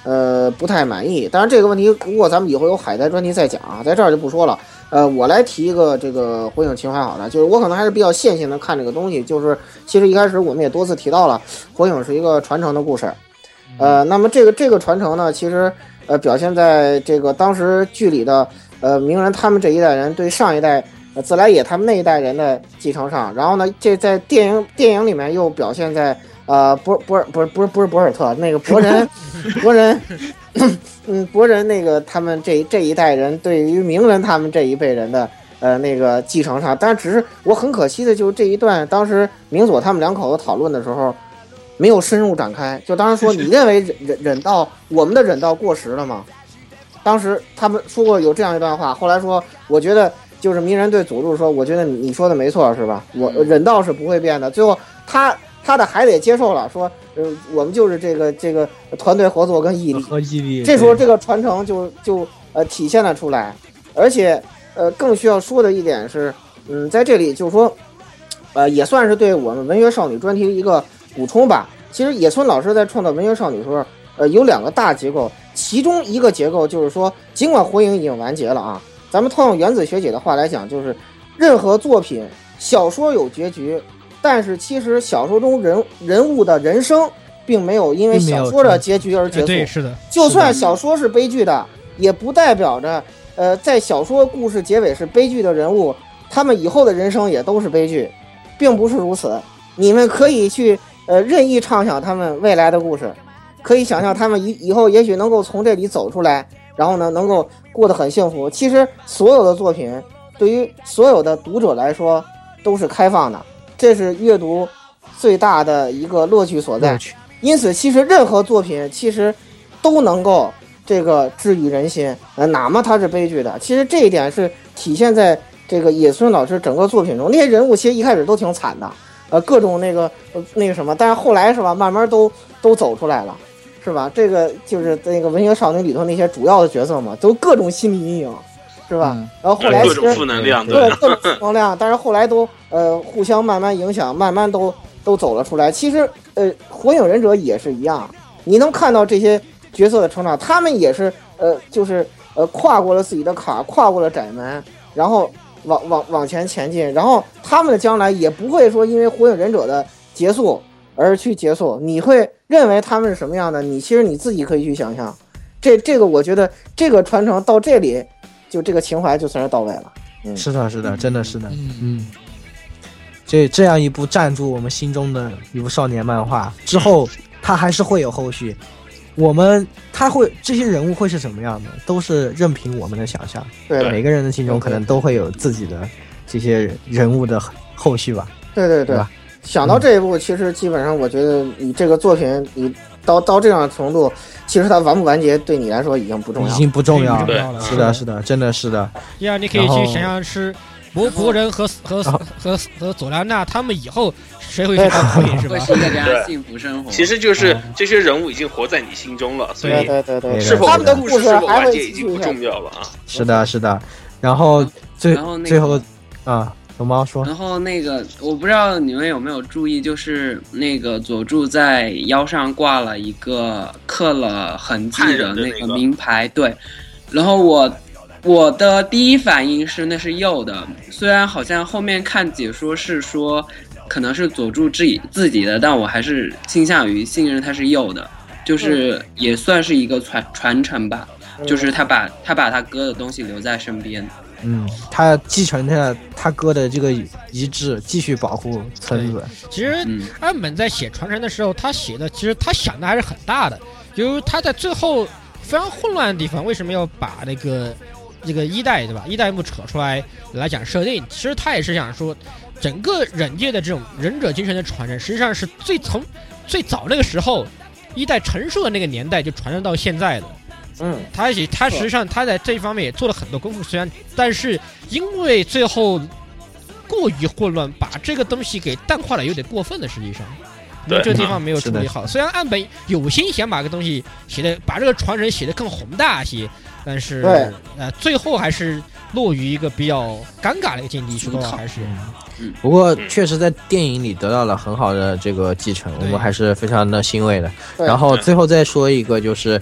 呃不太满意。当然这个问题如果咱们以后有海带专题再讲啊，在这儿就不说了。呃，我来提一个这个火影情怀好了，就是我可能还是比较线性的看这个东西，就是其实一开始我们也多次提到了，火影是一个传承的故事。呃，那么这个这个传承呢，其实呃表现在这个当时剧里的呃鸣人他们这一代人对上一代呃自来也他们那一代人的继承上，然后呢，这在电影电影里面又表现在呃博博尔不是不是不是博尔特那个博人博人。嗯，博人那个他们这这一代人对于鸣人他们这一辈人的呃那个继承上，但只是我很可惜的就是这一段当时鸣佐他们两口子讨论的时候没有深入展开。就当时说你认为忍忍忍道我们的忍道过时了吗？当时他们说过有这样一段话，后来说我觉得就是鸣人对佐助说，我觉得你你说的没错是吧？我忍道是不会变的。最后他他的还得接受了，说呃我们就是这个这个团队合作跟毅力和毅力。 这时候这个传承就就呃体现了出来，而且呃更需要说的一点是，嗯，在这里就是说，呃也算是对我们文学少女专题一个补充吧。其实野村老师在创造文学少女的时候，呃有两个大结构，其中一个结构就是说，尽管火影已经完结了啊，咱们套用原子学姐的话来讲，就是任何作品小说有结局。但是其实小说中人人物的人生并没有因为小说的结局而结束。 对，是的。 就算小说是悲剧的，也不代表着，呃，在小说故事结尾是悲剧的人物，他们以后的人生也都是悲剧，并不是如此。你们可以去呃任意畅想他们未来的故事，可以想象他们以以后也许能够从这里走出来，然后呢能够过得很幸福。其实所有的作品对于所有的读者来说都是开放的。这是阅读最大的一个乐趣所在，因此其实任何作品其实都能够这个治愈人心，呃，哪怕它是悲剧的。其实这一点是体现在这个野村老师整个作品中，那些人物其实一开始都挺惨的，呃，各种那个、呃、那个什么，但是后来是吧，慢慢都都走出来了，是吧？这个就是那个文学少女里头那些主要的角色嘛，都各种心理阴影。是吧？嗯、然后后来各种负能量， 对各种负能量，但是后来都呃互相慢慢影响，慢慢都都走了出来。其实呃，火影忍者也是一样，你能看到这些角色的成长，他们也是呃就是呃跨过了自己的坎，跨过了窄门，然后往往往前前进，然后他们的将来也不会说因为火影忍者的结束而去结束。你会认为他们是什么样的？你其实你自己可以去想象。这这个我觉得这个传承到这里。就这个情怀就算是到位了，嗯， 是的，是的，真的是的，嗯嗯，这这样一部占住我们心中的一部少年漫画之后，它还是会有后续。我们他会这些人物会是什么样的，都是任凭我们的想象。 对， 每个人的心中可能都会有自己的这些人物的后续吧。 对对 对, 对吧？想到这一步，其实基本上我觉得你这个作品，你到到这样的程度。其实它完不完结对你来说已经不重要， 已经不重要了。 是的，是的，真的是的。 呀，你可以去想象是博博人和和和和佐良娜他们以后谁会去当火影是吧？ 会是一个这样幸福生活。 其实就是这些人物已经活在你心中了，所以对对对， 是否他们的故事是否完结已经不重要了啊。 是的，是的。然后最然后、那个、 最后啊。龙猫说， 然后那个我不知道你们有没有注意，就是那个佐助在腰上挂了一个刻了痕迹的那个名牌，对。然后我我的第一反应是那是鼬的，虽然好像后面看解说是说可能是佐助自己自己的，但我还是倾向于信任他是鼬的，就是也算是一个传传承吧，就是他把他把他哥的东西留在身边。 嗯，他继承了他哥的这个遗志，继续保护村子。 其实岸本在写传承的时候，他写的其实他想的还是很大的，就是他在最后非常混乱的地方，为什么要把那个这个一代对吧？一代目扯出来来讲设定，其实他也是想说，整个忍界的这种忍者精神的传承，实际上是最从最早那个时候一代成熟的那个年代就传承到现在的。嗯，他也他实际上他在这一方面也做了很多功夫，虽然但是因为最后过于混乱，把这个东西给淡化了，有点过分了。实际上，这个地方没有处理好。虽然岸本有心想把个东西写的，把这个传承写得更宏大一些，但是呃，最后还是落于一个比较尴尬的一个境地。说到还是， 嗯，不过确实在电影里得到了很好的这个继承，我们还是非常的欣慰的。然后最后再说一个就是。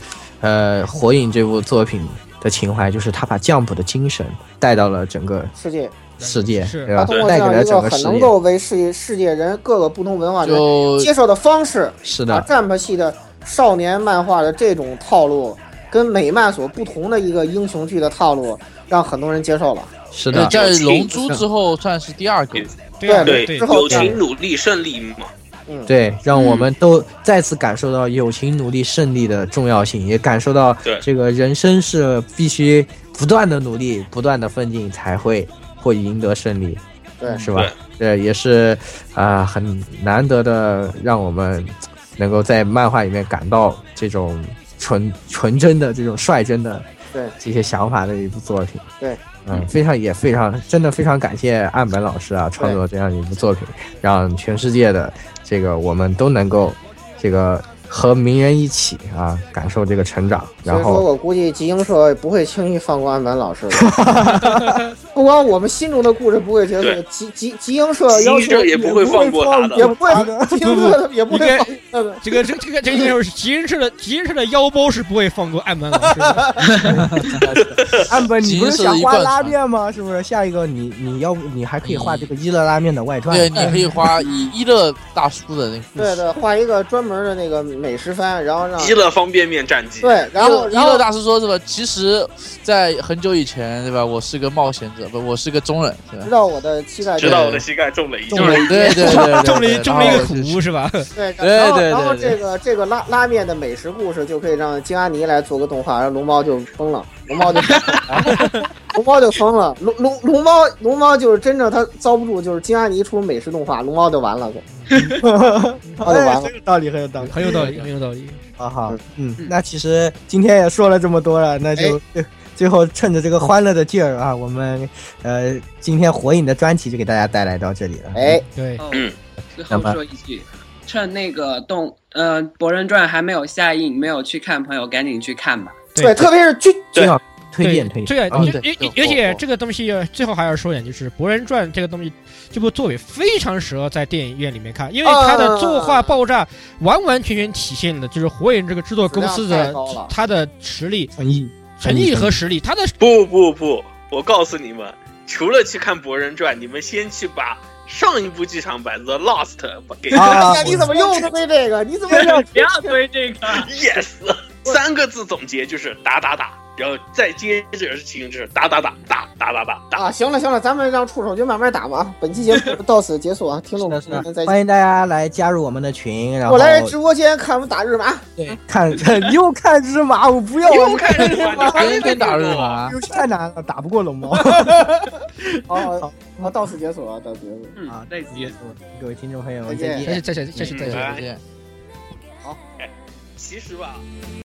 呃，火影这部作品的情怀，就是他把 Jump 的精神带到了整个世界世界， 是对吧他通？过带给了这样一个整个世界。 很能够为世界世界人各个不同文化人就接受的方式，把是的， Jump 系的少年漫画的这种套路，跟美漫所不同的一个英雄剧的套路，让很多人接受了。 是的， 在龙珠之后算是第二个。 对对对之后友情努力胜利嘛。 嗯， 对，让我们都再次感受到友情努力胜利的重要性，也感受到对这个人生是必须不断的努力、不断的奋进才会会赢得胜利， 对， 是吧？这也是啊、呃很难得的，让我们能够在漫画里面感到这种纯纯真的、这种率真的对这些想法的一部作品。 对。 嗯，非常也非常真的非常感谢岸本老师啊，创作这样一部作品，让全世界的这个我们都能够这个和鸣人一起啊，感受这个成长。然所以说后我估计集英社不会轻易放过岸本老师的。不光我们心中的故事不会结束对， 集集集英社集要求英社也不会放过他的也不会，集英社也不会放过他的。 这个这这个这个就是吉人社的吉人社的腰包是不会放过岸本老师的。 岸本，你不是想画集英社的一贯拉面吗？是不是？下一个你你要不你还可以画这个伊乐拉面的外传。 对，你可以花以一乐大叔的那个故事。 对对，画一个专门的那个美食番，然后让一乐方便面战绩。 对，然后然后一乐大师说是吧？其实，在很久以前，对吧？我是个冒险者，不，我是个中人，是吧知？道我的膝盖知道我的膝盖中了一中了一对对对对， 中了一中了一个苦。 苦是吧？ 对， 对然后对对然后对这个这个拉拉面的美食故事就可以让金阿尼来做个动画，然后龙猫就疯了，龙猫就龙猫就疯了，龙龙龙猫龙猫就是真正他遭不住，就是金阿尼出美食动画，龙猫就完了，就他就完了很。有道理，很有道理， 很有道理，很有道理。 好好，嗯，那其实今天也说了这么多了，那就最最后趁着这个欢乐的劲儿啊，我们呃今天火影的专题就给大家带来到这里了。 哎， 对， 哦嗯， 最后说一句，趁那个动呃《博人传》还没有下映，没有去看朋友赶紧去看吧。 对，特别是军最好推荐推这荐， 个哦对而对而且我这个东西最后还要说一点，就是《博人传》这个东西，这部作品非常适合在电影院里面看，因为它的作画爆炸完完全全体现了就是火影这个制作公司质量的太高了它的实力、 诚意诚意和实力，它的不不不，我告诉你们，除了去看《博人传》，你们先去把上一部剧场版《The Lost》给啊哎呀，你怎么又推这个？你怎么又不要推这个。 yes 三个字总结就是打打打，然后再接着是情就是打打打打打打打打。 啊？行了行了，咱们让触手君慢慢打吧。本期节目到此结束啊，听众朋是的， 友们再见。 欢迎大家来加入我们的群，然后我来直播间看我们打日麻， 看你又看日麻，我不要， 又看日麻， 天天打日麻， 游戏太难了，打不过龙猫。 好好好，到此结束啊，到此结束。 嗯啊， 再见。 各位听众朋友们， 再见再见。 再见再见再见再见。 再见。 其实吧。